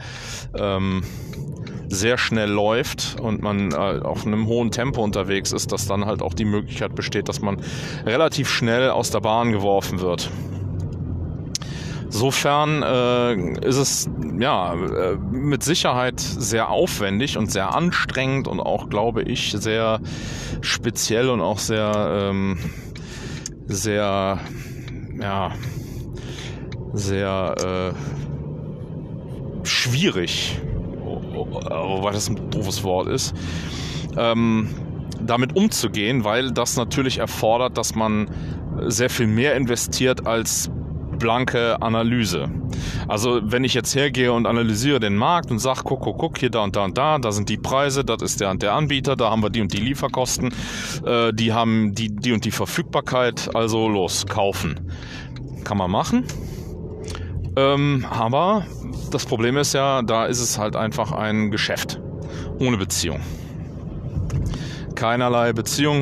sehr schnell läuft und man auf einem hohen Tempo unterwegs ist, dass dann halt auch die Möglichkeit besteht, dass man relativ schnell aus der Bahn geworfen wird. Insofern ist es mit Sicherheit sehr aufwendig und sehr anstrengend und auch, glaube ich, sehr speziell und auch sehr schwierig, wobei das ein doofes Wort ist, damit umzugehen, weil das natürlich erfordert, dass man sehr viel mehr investiert als blanke Analyse. Also wenn ich jetzt hergehe und analysiere den Markt und sage, guck, hier, da und da und da sind die Preise, das ist der und der Anbieter, da haben wir die und die Lieferkosten, die haben die und die Verfügbarkeit, also los, kaufen. Kann man machen. Aber das Problem ist ja, da ist es halt einfach ein Geschäft ohne Beziehung. Keinerlei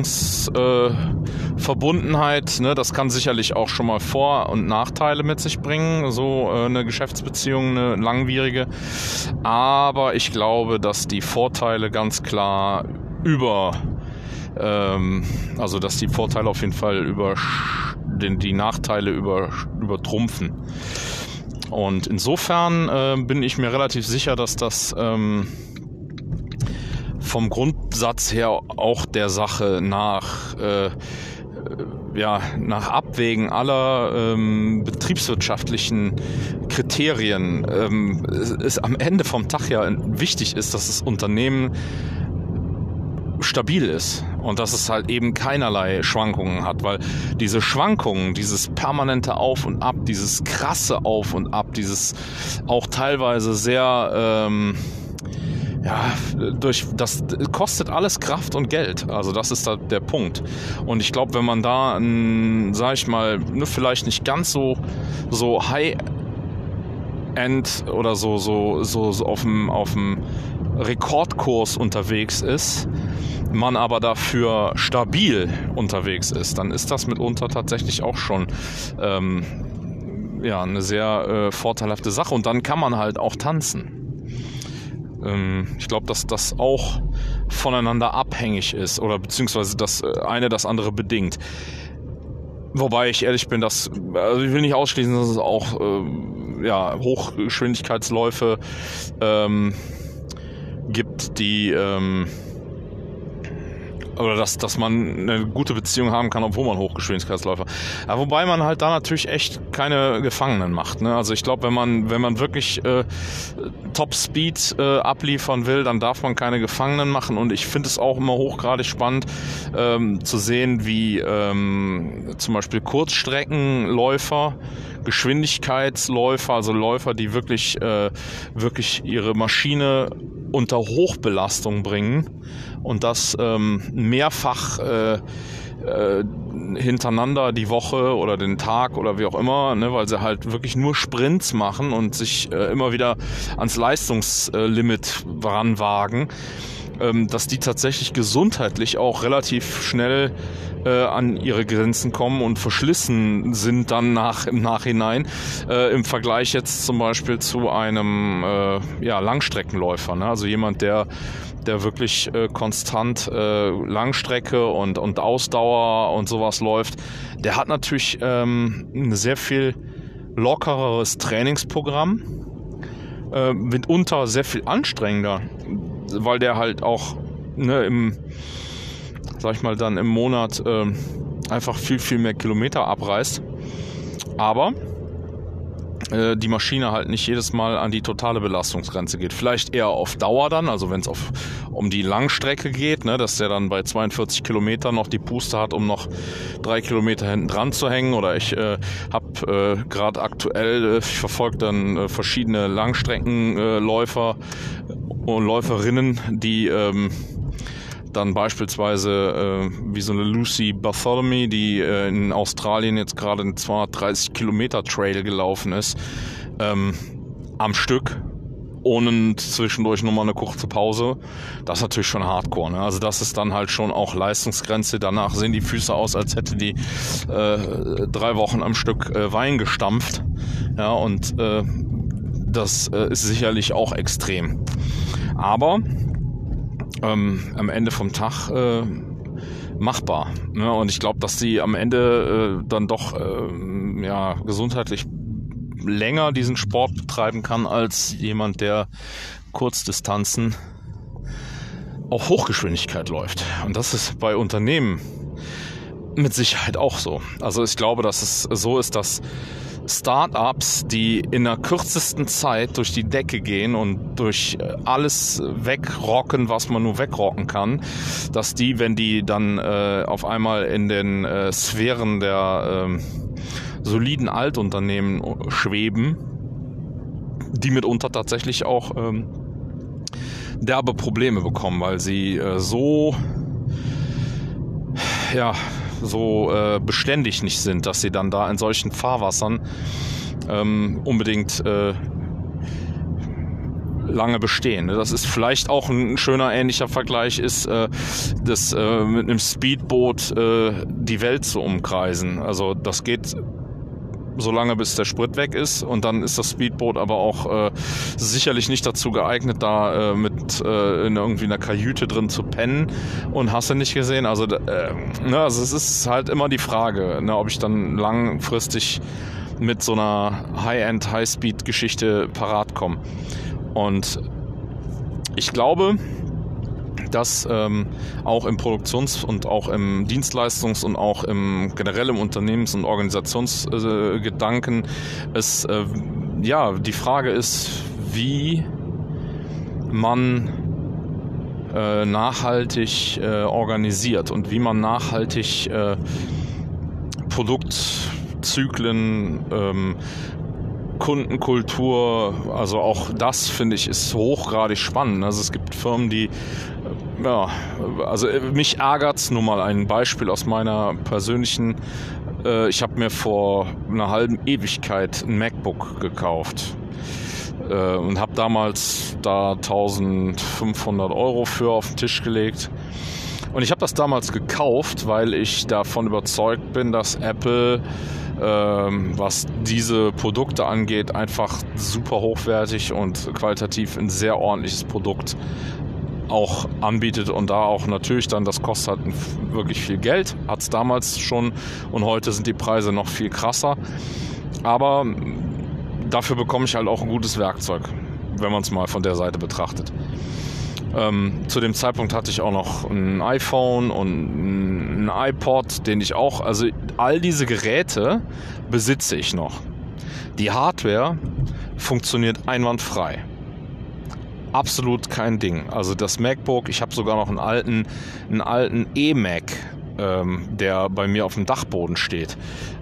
Beziehungsverbundenheit, ne? Das kann sicherlich auch schon mal Vor- und Nachteile mit sich bringen, so eine Geschäftsbeziehung, eine langwierige. Aber ich glaube, dass die Vorteile ganz klar dass die Vorteile auf jeden Fall die Nachteile übertrumpfen. Und insofern bin ich mir relativ sicher, dass das vom Grundsatz her auch der Sache nach Abwägen aller betriebswirtschaftlichen Kriterien es am Ende vom Tag ja wichtig ist, dass das Unternehmen stabil ist und dass es halt eben keinerlei Schwankungen hat, weil diese Schwankungen, dieses permanente Auf und Ab, dieses krasse Auf und Ab, dieses auch teilweise sehr das kostet alles Kraft und Geld. Also das ist da der Punkt. Und ich glaube, wenn man da, vielleicht nicht ganz so High-End oder so auf dem Rekordkurs unterwegs ist, man aber dafür stabil unterwegs ist, dann ist das mitunter tatsächlich auch schon eine sehr vorteilhafte Sache. Und dann kann man halt auch tanzen. Ich glaube, dass das auch voneinander abhängig ist oder beziehungsweise das eine das andere bedingt. Wobei ich ehrlich bin, ich will nicht ausschließen, dass es auch Hochgeschwindigkeitsläufe gibt, die oder dass man eine gute Beziehung haben kann, obwohl man Hochgeschwindigkeitsläufer. Ja, wobei man halt da natürlich echt keine Gefangenen macht. Ne? Also ich glaube, wenn man wirklich Top Speed abliefern will, dann darf man keine Gefangenen machen. Und ich finde es auch immer hochgradig spannend zu sehen, wie zum Beispiel Kurzstreckenläufer, Geschwindigkeitsläufer, also Läufer, die wirklich ihre Maschine unter Hochbelastung bringen und das mehrfach hintereinander die Woche oder den Tag oder wie auch immer, ne, weil sie halt wirklich nur Sprints machen und sich immer wieder ans Leistungslimit ranwagen, dass die tatsächlich gesundheitlich auch relativ schnell an ihre Grenzen kommen und verschlissen sind dann im Nachhinein im Vergleich jetzt zum Beispiel zu einem Langstreckenläufer, ne? Also jemand, der wirklich konstant Langstrecke und Ausdauer und sowas läuft, der hat natürlich ein sehr viel lockereres Trainingsprogramm, mitunter sehr viel anstrengender, weil der halt auch im Monat einfach viel, viel mehr Kilometer abreißt. Aber die Maschine halt nicht jedes Mal an die totale Belastungsgrenze geht. Vielleicht eher auf Dauer dann, also wenn es um die Langstrecke geht, ne, dass der dann bei 42 Kilometern noch die Puste hat, um noch 3 Kilometer hinten dran zu hängen. Oder ich habe gerade aktuell, ich verfolge dann verschiedene Langstreckenläufer und Läuferinnen, die dann beispielsweise wie so eine Lucy Bartholomew, die in Australien jetzt gerade einen 230 Kilometer Trail gelaufen ist, am Stück, ohne zwischendurch nochmal eine kurze Pause. Das ist natürlich schon Hardcore, ne? Also das ist dann halt schon auch Leistungsgrenze. Danach sehen die Füße aus, als hätte die 3 Wochen am Stück Wein gestampft. Ja, und das ist sicherlich auch extrem. Aber am Ende vom Tag machbar. Ne? Und ich glaube, dass sie am Ende dann doch gesundheitlich länger diesen Sport betreiben kann als jemand, der Kurzdistanzen auf Hochgeschwindigkeit läuft. Und das ist bei Unternehmen mit Sicherheit auch so. Also ich glaube, dass es so ist, dass Startups, die in der kürzesten Zeit durch die Decke gehen und durch alles wegrocken, was man nur wegrocken kann, dass die, wenn die dann auf einmal in den Sphären der soliden Altunternehmen schweben, die mitunter tatsächlich auch derbe Probleme bekommen, weil sie so beständig nicht sind, dass sie dann da in solchen Fahrwassern unbedingt lange bestehen. Das ist vielleicht auch ein schöner ähnlicher Vergleich, ist das mit einem Speedboot die Welt zu umkreisen. Also das geht so lange, bis der Sprit weg ist, und dann ist das Speedboot aber auch sicherlich nicht dazu geeignet, da in irgendwie einer Kajüte drin zu pennen, und hast du nicht gesehen. Also, also es ist halt immer die Frage, ob ich dann langfristig mit so einer High-End, High-Speed-Geschichte parat komme. Und ich glaube, dass auch im Produktions- und auch im Dienstleistungs- und auch im generell im Unternehmens- und Organisationsgedanken es die Frage ist, wie man nachhaltig organisiert und wie man nachhaltig Produktzyklen, Kundenkultur, also auch das, finde ich, ist hochgradig spannend. Also es gibt Firmen, die also mich ärgert's, nur mal ein Beispiel aus meiner persönlichen, ich habe mir vor einer halben Ewigkeit ein MacBook gekauft und habe damals da 1.500 € für auf den Tisch gelegt. Und ich habe das damals gekauft, weil ich davon überzeugt bin, dass Apple, was diese Produkte angeht, einfach super hochwertig und qualitativ ein sehr ordentliches Produkt auch anbietet, und da auch natürlich dann, das kostet halt wirklich viel Geld, hat es damals schon, und heute sind die Preise noch viel krasser, aber dafür bekomme ich halt auch ein gutes Werkzeug, wenn man es mal von der Seite betrachtet. Zu dem Zeitpunkt hatte ich auch noch ein iPhone und ein iPod, den ich auch, also all diese Geräte besitze ich noch. Die Hardware funktioniert einwandfrei. Absolut kein Ding. Also das MacBook, ich habe sogar noch einen alten eMac, der bei mir auf dem Dachboden steht.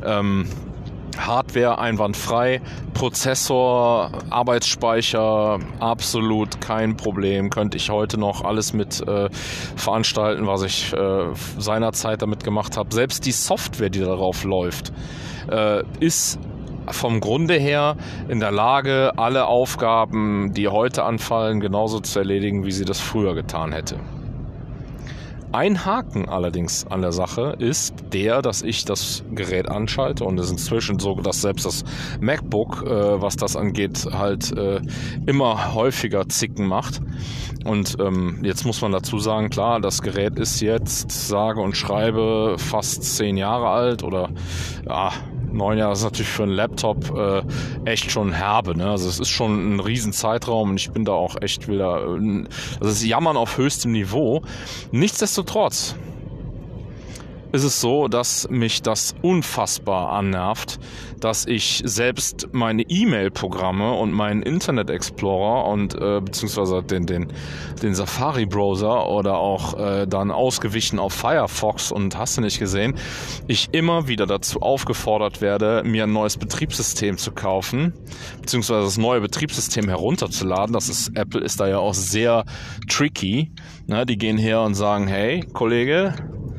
Hardware einwandfrei, Prozessor, Arbeitsspeicher, absolut kein Problem. Könnte ich heute noch alles mit veranstalten, was ich seinerzeit damit gemacht habe. Selbst die Software, die darauf läuft, ist vom Grunde her in der Lage, alle Aufgaben, die heute anfallen, genauso zu erledigen, wie sie das früher getan hätte. Ein Haken allerdings an der Sache ist der, dass ich das Gerät anschalte, und es ist inzwischen so, dass selbst das MacBook, was das angeht, halt immer häufiger Zicken macht. Und jetzt muss man dazu sagen, klar, das Gerät ist jetzt, sage und schreibe, fast 10 Jahre alt, oder 9 Jahre ist natürlich für einen Laptop echt schon herbe, ne? Also es ist schon ein riesen Zeitraum, und ich bin da auch echt wieder, das ist Jammern auf höchstem Niveau. Nichtsdestotrotz ist es so, dass mich das unfassbar annervt, dass ich selbst meine E-Mail-Programme und meinen Internet Explorer und beziehungsweise den Safari-Browser oder auch dann ausgewichen auf Firefox und hast du nicht gesehen, ich immer wieder dazu aufgefordert werde, mir ein neues Betriebssystem zu kaufen, beziehungsweise das neue Betriebssystem herunterzuladen. Apple ist da ja auch sehr tricky. Ne? Die gehen her und sagen, hey, Kollege,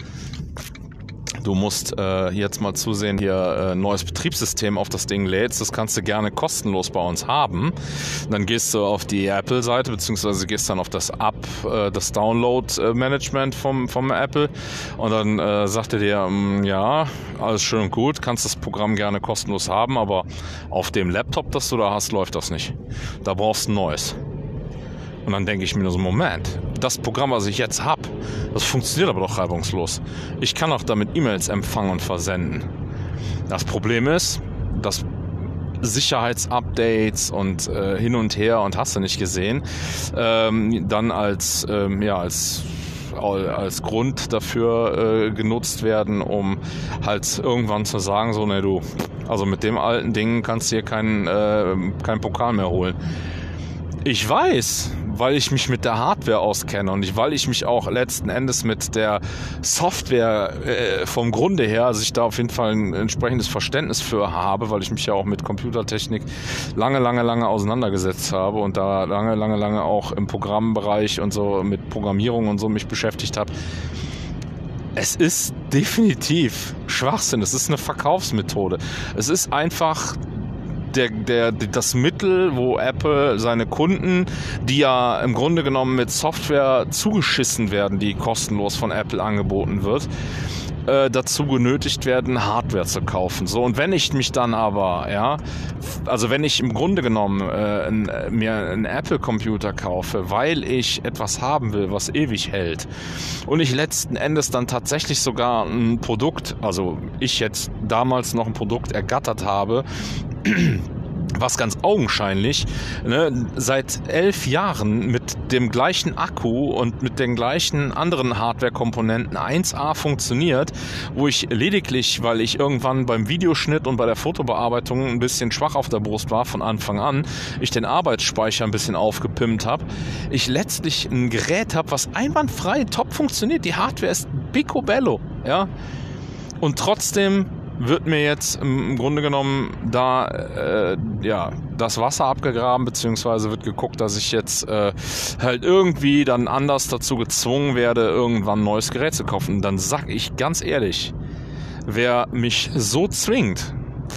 du musst jetzt mal zusehen, hier ein neues Betriebssystem auf das Ding lädst. Das kannst du gerne kostenlos bei uns haben. Dann gehst du auf die Apple-Seite, beziehungsweise gehst dann auf das das Download-Management vom Apple. Und dann sagt er dir, ja, alles schön und gut, kannst das Programm gerne kostenlos haben, aber auf dem Laptop, das du da hast, läuft das nicht. Da brauchst du ein neues. Und dann denke ich mir nur so, Moment, das Programm, was ich jetzt habe, das funktioniert aber doch reibungslos. Ich kann auch damit E-Mails empfangen und versenden. Das Problem ist, dass Sicherheitsupdates und hin und her und hast du nicht gesehen, dann als Grund dafür genutzt werden, um halt irgendwann zu sagen, so, ne du, also mit dem alten Ding kannst du hier kein Pokal mehr holen. Ich weiß, weil ich mich mit der Hardware auskenne und weil ich mich auch letzten Endes mit der Software vom Grunde her, also ich da auf jeden Fall ein entsprechendes Verständnis für habe, weil ich mich ja auch mit Computertechnik lange auseinandergesetzt habe und da lange auch im Programmbereich und so mit Programmierung und so mich beschäftigt habe. Es ist definitiv Schwachsinn, es ist eine Verkaufsmethode. Es ist einfach das Mittel, wo Apple seine Kunden, die ja im Grunde genommen mit Software zugeschissen werden, die kostenlos von Apple angeboten wird, dazu genötigt werden, Hardware zu kaufen. So, und wenn ich mich dann aber, also wenn ich im Grunde genommen mir einen Apple-Computer kaufe, weil ich etwas haben will, was ewig hält, und ich letzten Endes dann tatsächlich sogar ein Produkt, also ich jetzt damals noch ein Produkt ergattert habe, was ganz augenscheinlich seit 11 Jahren mit dem gleichen Akku und mit den gleichen anderen Hardware-Komponenten 1A funktioniert, wo ich lediglich, weil ich irgendwann beim Videoschnitt und bei der Fotobearbeitung ein bisschen schwach auf der Brust war von Anfang an, ich den Arbeitsspeicher ein bisschen aufgepimpt habe, ich letztlich ein Gerät habe, was einwandfrei top funktioniert. Die Hardware ist picobello, und trotzdem wird mir jetzt im Grunde genommen da das Wasser abgegraben, beziehungsweise wird geguckt, dass ich jetzt halt irgendwie dann anders dazu gezwungen werde, irgendwann ein neues Gerät zu kaufen. Und dann sag ich ganz ehrlich, wer mich so zwingt,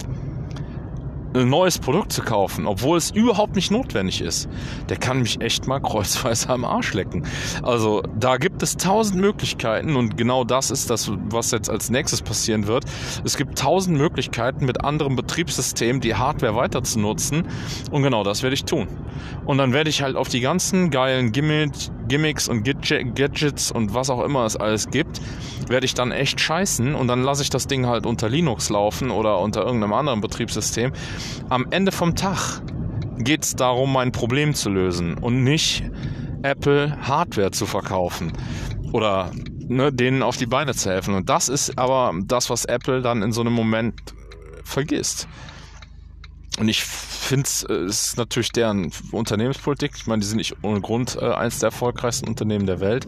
ein neues Produkt zu kaufen, obwohl es überhaupt nicht notwendig ist, der kann mich echt mal kreuzweise am Arsch lecken. Also da gibt es 1000 Möglichkeiten und genau das ist das, was jetzt als nächstes passieren wird. Es gibt 1000 Möglichkeiten, mit anderem Betriebssystem die Hardware weiter zu nutzen und genau das werde ich tun. Und dann werde ich halt auf die ganzen geilen Gimmicks und Gadgets und was auch immer es alles gibt, werde ich dann echt scheißen und dann lasse ich das Ding halt unter Linux laufen oder unter irgendeinem anderen Betriebssystem. Am Ende vom Tag geht es darum, mein Problem zu lösen und nicht Apple Hardware zu verkaufen oder denen auf die Beine zu helfen. Und das ist aber das, was Apple dann in so einem Moment vergisst. Und ich finde, es ist natürlich deren Unternehmenspolitik. Ich meine, die sind nicht ohne Grund eines der erfolgreichsten Unternehmen der Welt.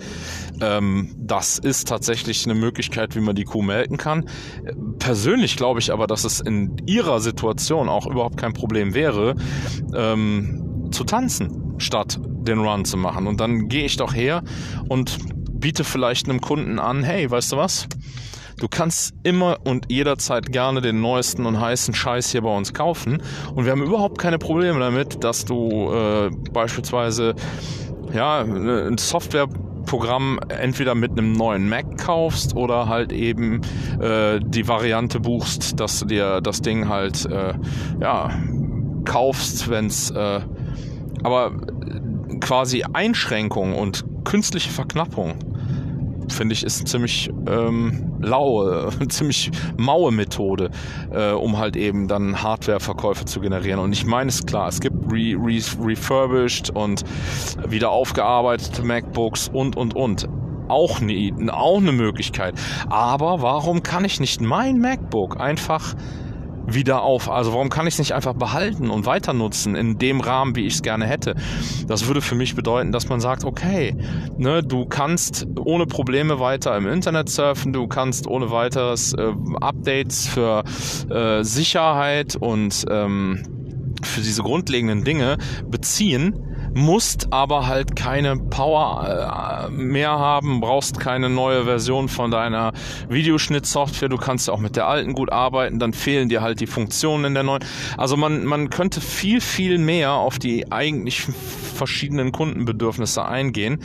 Das ist tatsächlich eine Möglichkeit, wie man die Kuh melken kann. Persönlich glaube ich aber, dass es in ihrer Situation auch überhaupt kein Problem wäre, zu tanzen, statt den Run zu machen. Und dann gehe ich doch her und biete vielleicht einem Kunden an, hey, weißt du was? Du kannst immer und jederzeit gerne den neuesten und heißen Scheiß hier bei uns kaufen und wir haben überhaupt keine Probleme damit, dass du beispielsweise ein Softwareprogramm entweder mit einem neuen Mac kaufst oder halt eben die Variante buchst, dass du dir das Ding halt kaufst, wenn's aber quasi Einschränkung und künstliche Verknappung, finde ich, ist ziemlich ziemlich maue Methode, um halt eben dann Hardware-Verkäufe zu generieren. Und ich meine, es klar, es gibt refurbished und wieder aufgearbeitete MacBooks und. auch eine Möglichkeit. Aber warum kann ich nicht mein MacBook einfach also warum kann ich es nicht einfach behalten und weiter nutzen in dem Rahmen, wie ich es gerne hätte? Das würde für mich bedeuten, dass man sagt, okay, ne, du kannst ohne Probleme weiter im Internet surfen, du kannst ohne weiteres Updates für Sicherheit und für diese grundlegenden Dinge beziehen, musst aber halt keine Power mehr haben, brauchst keine neue Version von deiner Videoschnittsoftware, du kannst auch mit der alten gut arbeiten, dann fehlen dir halt die Funktionen in der neuen. Also man könnte viel, viel mehr auf die eigentlich verschiedenen Kundenbedürfnisse eingehen.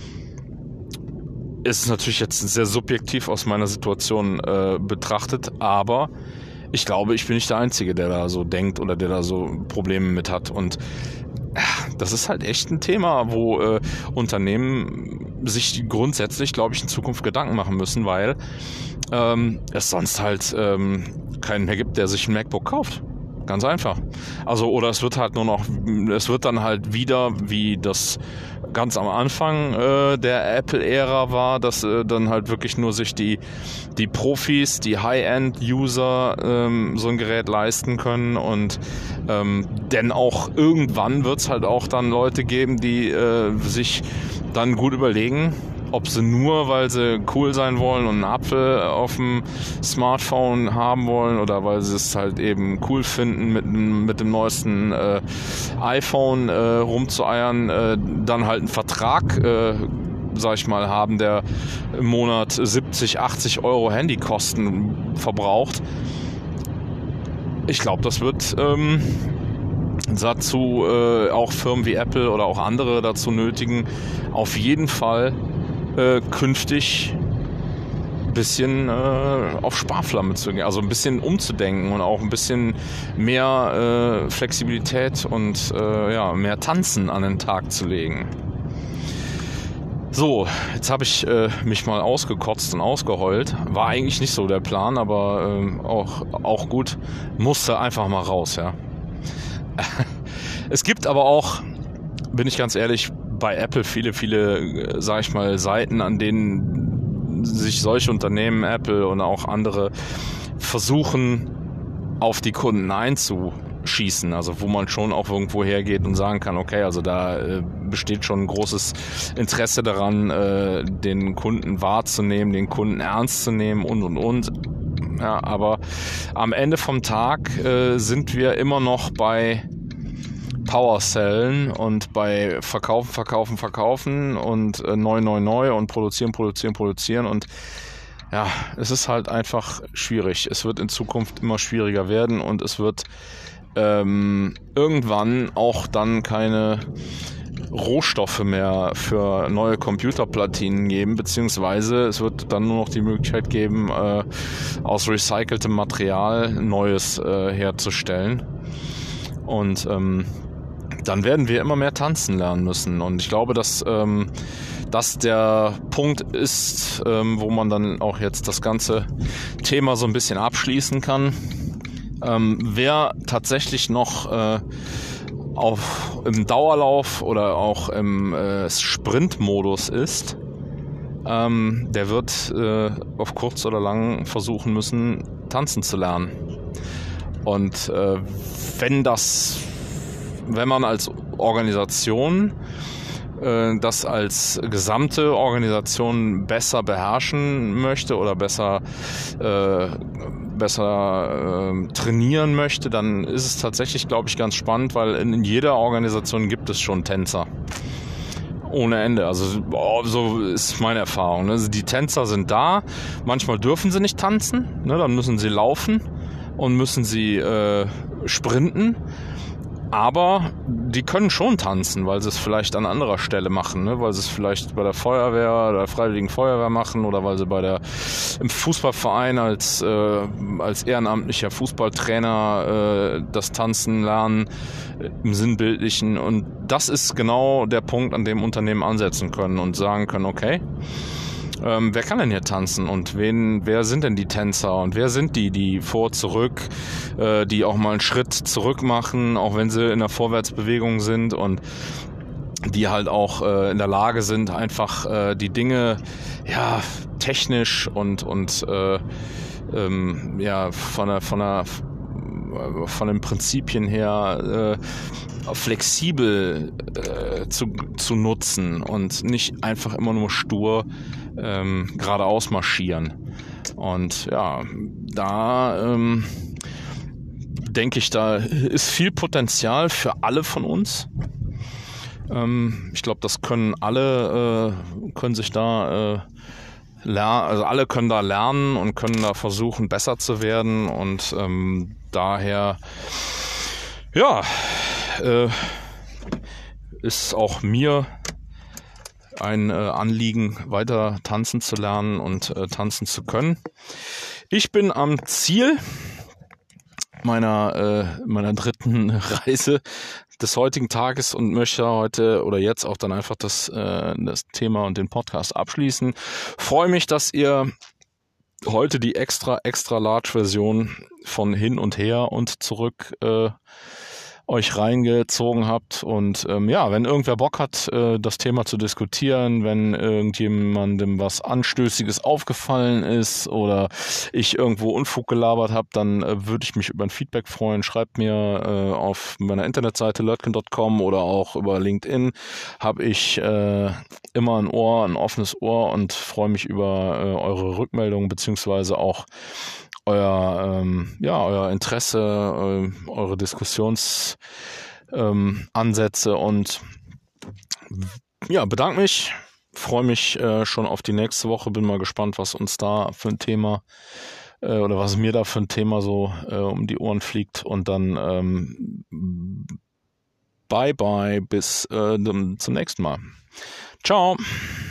Ist natürlich jetzt sehr subjektiv aus meiner Situation betrachtet, aber ich glaube, ich bin nicht der Einzige, der da so denkt oder der da so Probleme mit hat. Und das ist halt echt ein Thema, wo Unternehmen sich grundsätzlich, glaube ich, in Zukunft Gedanken machen müssen, weil es sonst halt keinen mehr gibt, der sich ein MacBook kauft. Ganz einfach. Also, oder es wird dann halt wieder, wie das ganz am Anfang der Apple-Ära war, dass dann halt wirklich nur sich die Profis, die High-End-User so ein Gerät leisten können und denn auch irgendwann wird es halt auch dann Leute geben, die sich dann gut überlegen, ob sie nur, weil sie cool sein wollen und einen Apfel auf dem Smartphone haben wollen oder weil sie es halt eben cool finden, mit dem neuesten iPhone rumzueiern, dann halt einen Vertrag, sag ich mal, haben, der im Monat 70, 80 Euro Handykosten verbraucht. Ich glaube, das wird dazu auch Firmen wie Apple oder auch andere dazu nötigen, auf jeden Fall künftig ein bisschen auf Sparflamme zu gehen, also ein bisschen umzudenken und auch ein bisschen mehr Flexibilität und mehr Tanzen an den Tag zu legen. So, jetzt habe ich mich mal ausgekotzt und ausgeheult. War eigentlich nicht so der Plan, aber auch gut. Musste einfach mal raus, ja. Es gibt aber auch, bin ich ganz ehrlich, bei Apple viele, sag ich mal, Seiten, an denen sich solche Unternehmen, Apple und auch andere, versuchen, auf die Kunden einzuschießen. Also wo man schon auch irgendwo hergeht und sagen kann, okay, also da besteht schon ein großes Interesse daran, den Kunden wahrzunehmen, den Kunden ernst zu nehmen und. Ja, aber am Ende vom Tag sind wir immer noch bei Powercellen und bei Verkaufen und neu und produzieren und ja, es ist halt einfach schwierig. Es wird in Zukunft immer schwieriger werden und es wird irgendwann auch dann keine Rohstoffe mehr für neue Computerplatinen geben, beziehungsweise es wird dann nur noch die Möglichkeit geben, aus recyceltem Material Neues herzustellen. Und dann werden wir immer mehr tanzen lernen müssen. Und ich glaube, dass das der Punkt ist, wo man dann auch jetzt das ganze Thema so ein bisschen abschließen kann. Wer tatsächlich noch im Dauerlauf oder auch im Sprintmodus ist, der wird auf kurz oder lang versuchen müssen, tanzen zu lernen. Und wenn man als Organisation das als gesamte Organisation besser beherrschen möchte oder besser trainieren möchte, dann ist es tatsächlich, glaube ich, ganz spannend, weil in jeder Organisation gibt es schon Tänzer. Ohne Ende. Also so ist meine Erfahrung. Also die Tänzer sind da. Manchmal dürfen sie nicht tanzen. Dann müssen sie laufen und müssen sie sprinten. Aber die können schon tanzen, weil sie es vielleicht an anderer Stelle machen, weil sie es vielleicht bei der Feuerwehr oder der Freiwilligen Feuerwehr machen oder weil sie im Fußballverein als ehrenamtlicher Fußballtrainer das Tanzen lernen im Sinnbildlichen. Und das ist genau der Punkt, an dem Unternehmen ansetzen können und sagen können, okay, wer kann denn hier tanzen und wer sind denn die Tänzer und wer sind die vor, zurück, die auch mal einen Schritt zurück machen, auch wenn sie in der Vorwärtsbewegung sind und die halt auch in der Lage sind, einfach die Dinge technisch und von den Prinzipien her flexibel zu nutzen und nicht einfach immer nur stur geradeaus marschieren. Und ja, da denke ich, da ist viel Potenzial für alle von uns. Ich glaube, das können alle, können sich da lernen, also alle können da lernen und können da versuchen, besser zu werden. Und daher, ist auch mir ein Anliegen, weiter tanzen zu lernen und tanzen zu können. Ich bin am Ziel meiner dritten Reise des heutigen Tages und möchte heute oder jetzt auch dann einfach das Thema und den Podcast abschließen. Freue mich, dass ihr heute die extra large Version von Hin und Her und zurück euch reingezogen habt. Und wenn irgendwer Bock hat, das Thema zu diskutieren, wenn irgendjemandem was Anstößiges aufgefallen ist oder ich irgendwo Unfug gelabert habe, dann würde ich mich über ein Feedback freuen. Schreibt mir auf meiner Internetseite lötgen.com oder auch über LinkedIn. Habe ich immer ein offenes Ohr und freue mich über eure Rückmeldungen beziehungsweise auch euer Interesse, eure Diskussionsansätze und bedanke mich, freue mich schon auf die nächste Woche, bin mal gespannt, was uns da für ein Thema oder was mir da für ein Thema so um die Ohren fliegt und dann bye bis zum nächsten Mal. Ciao.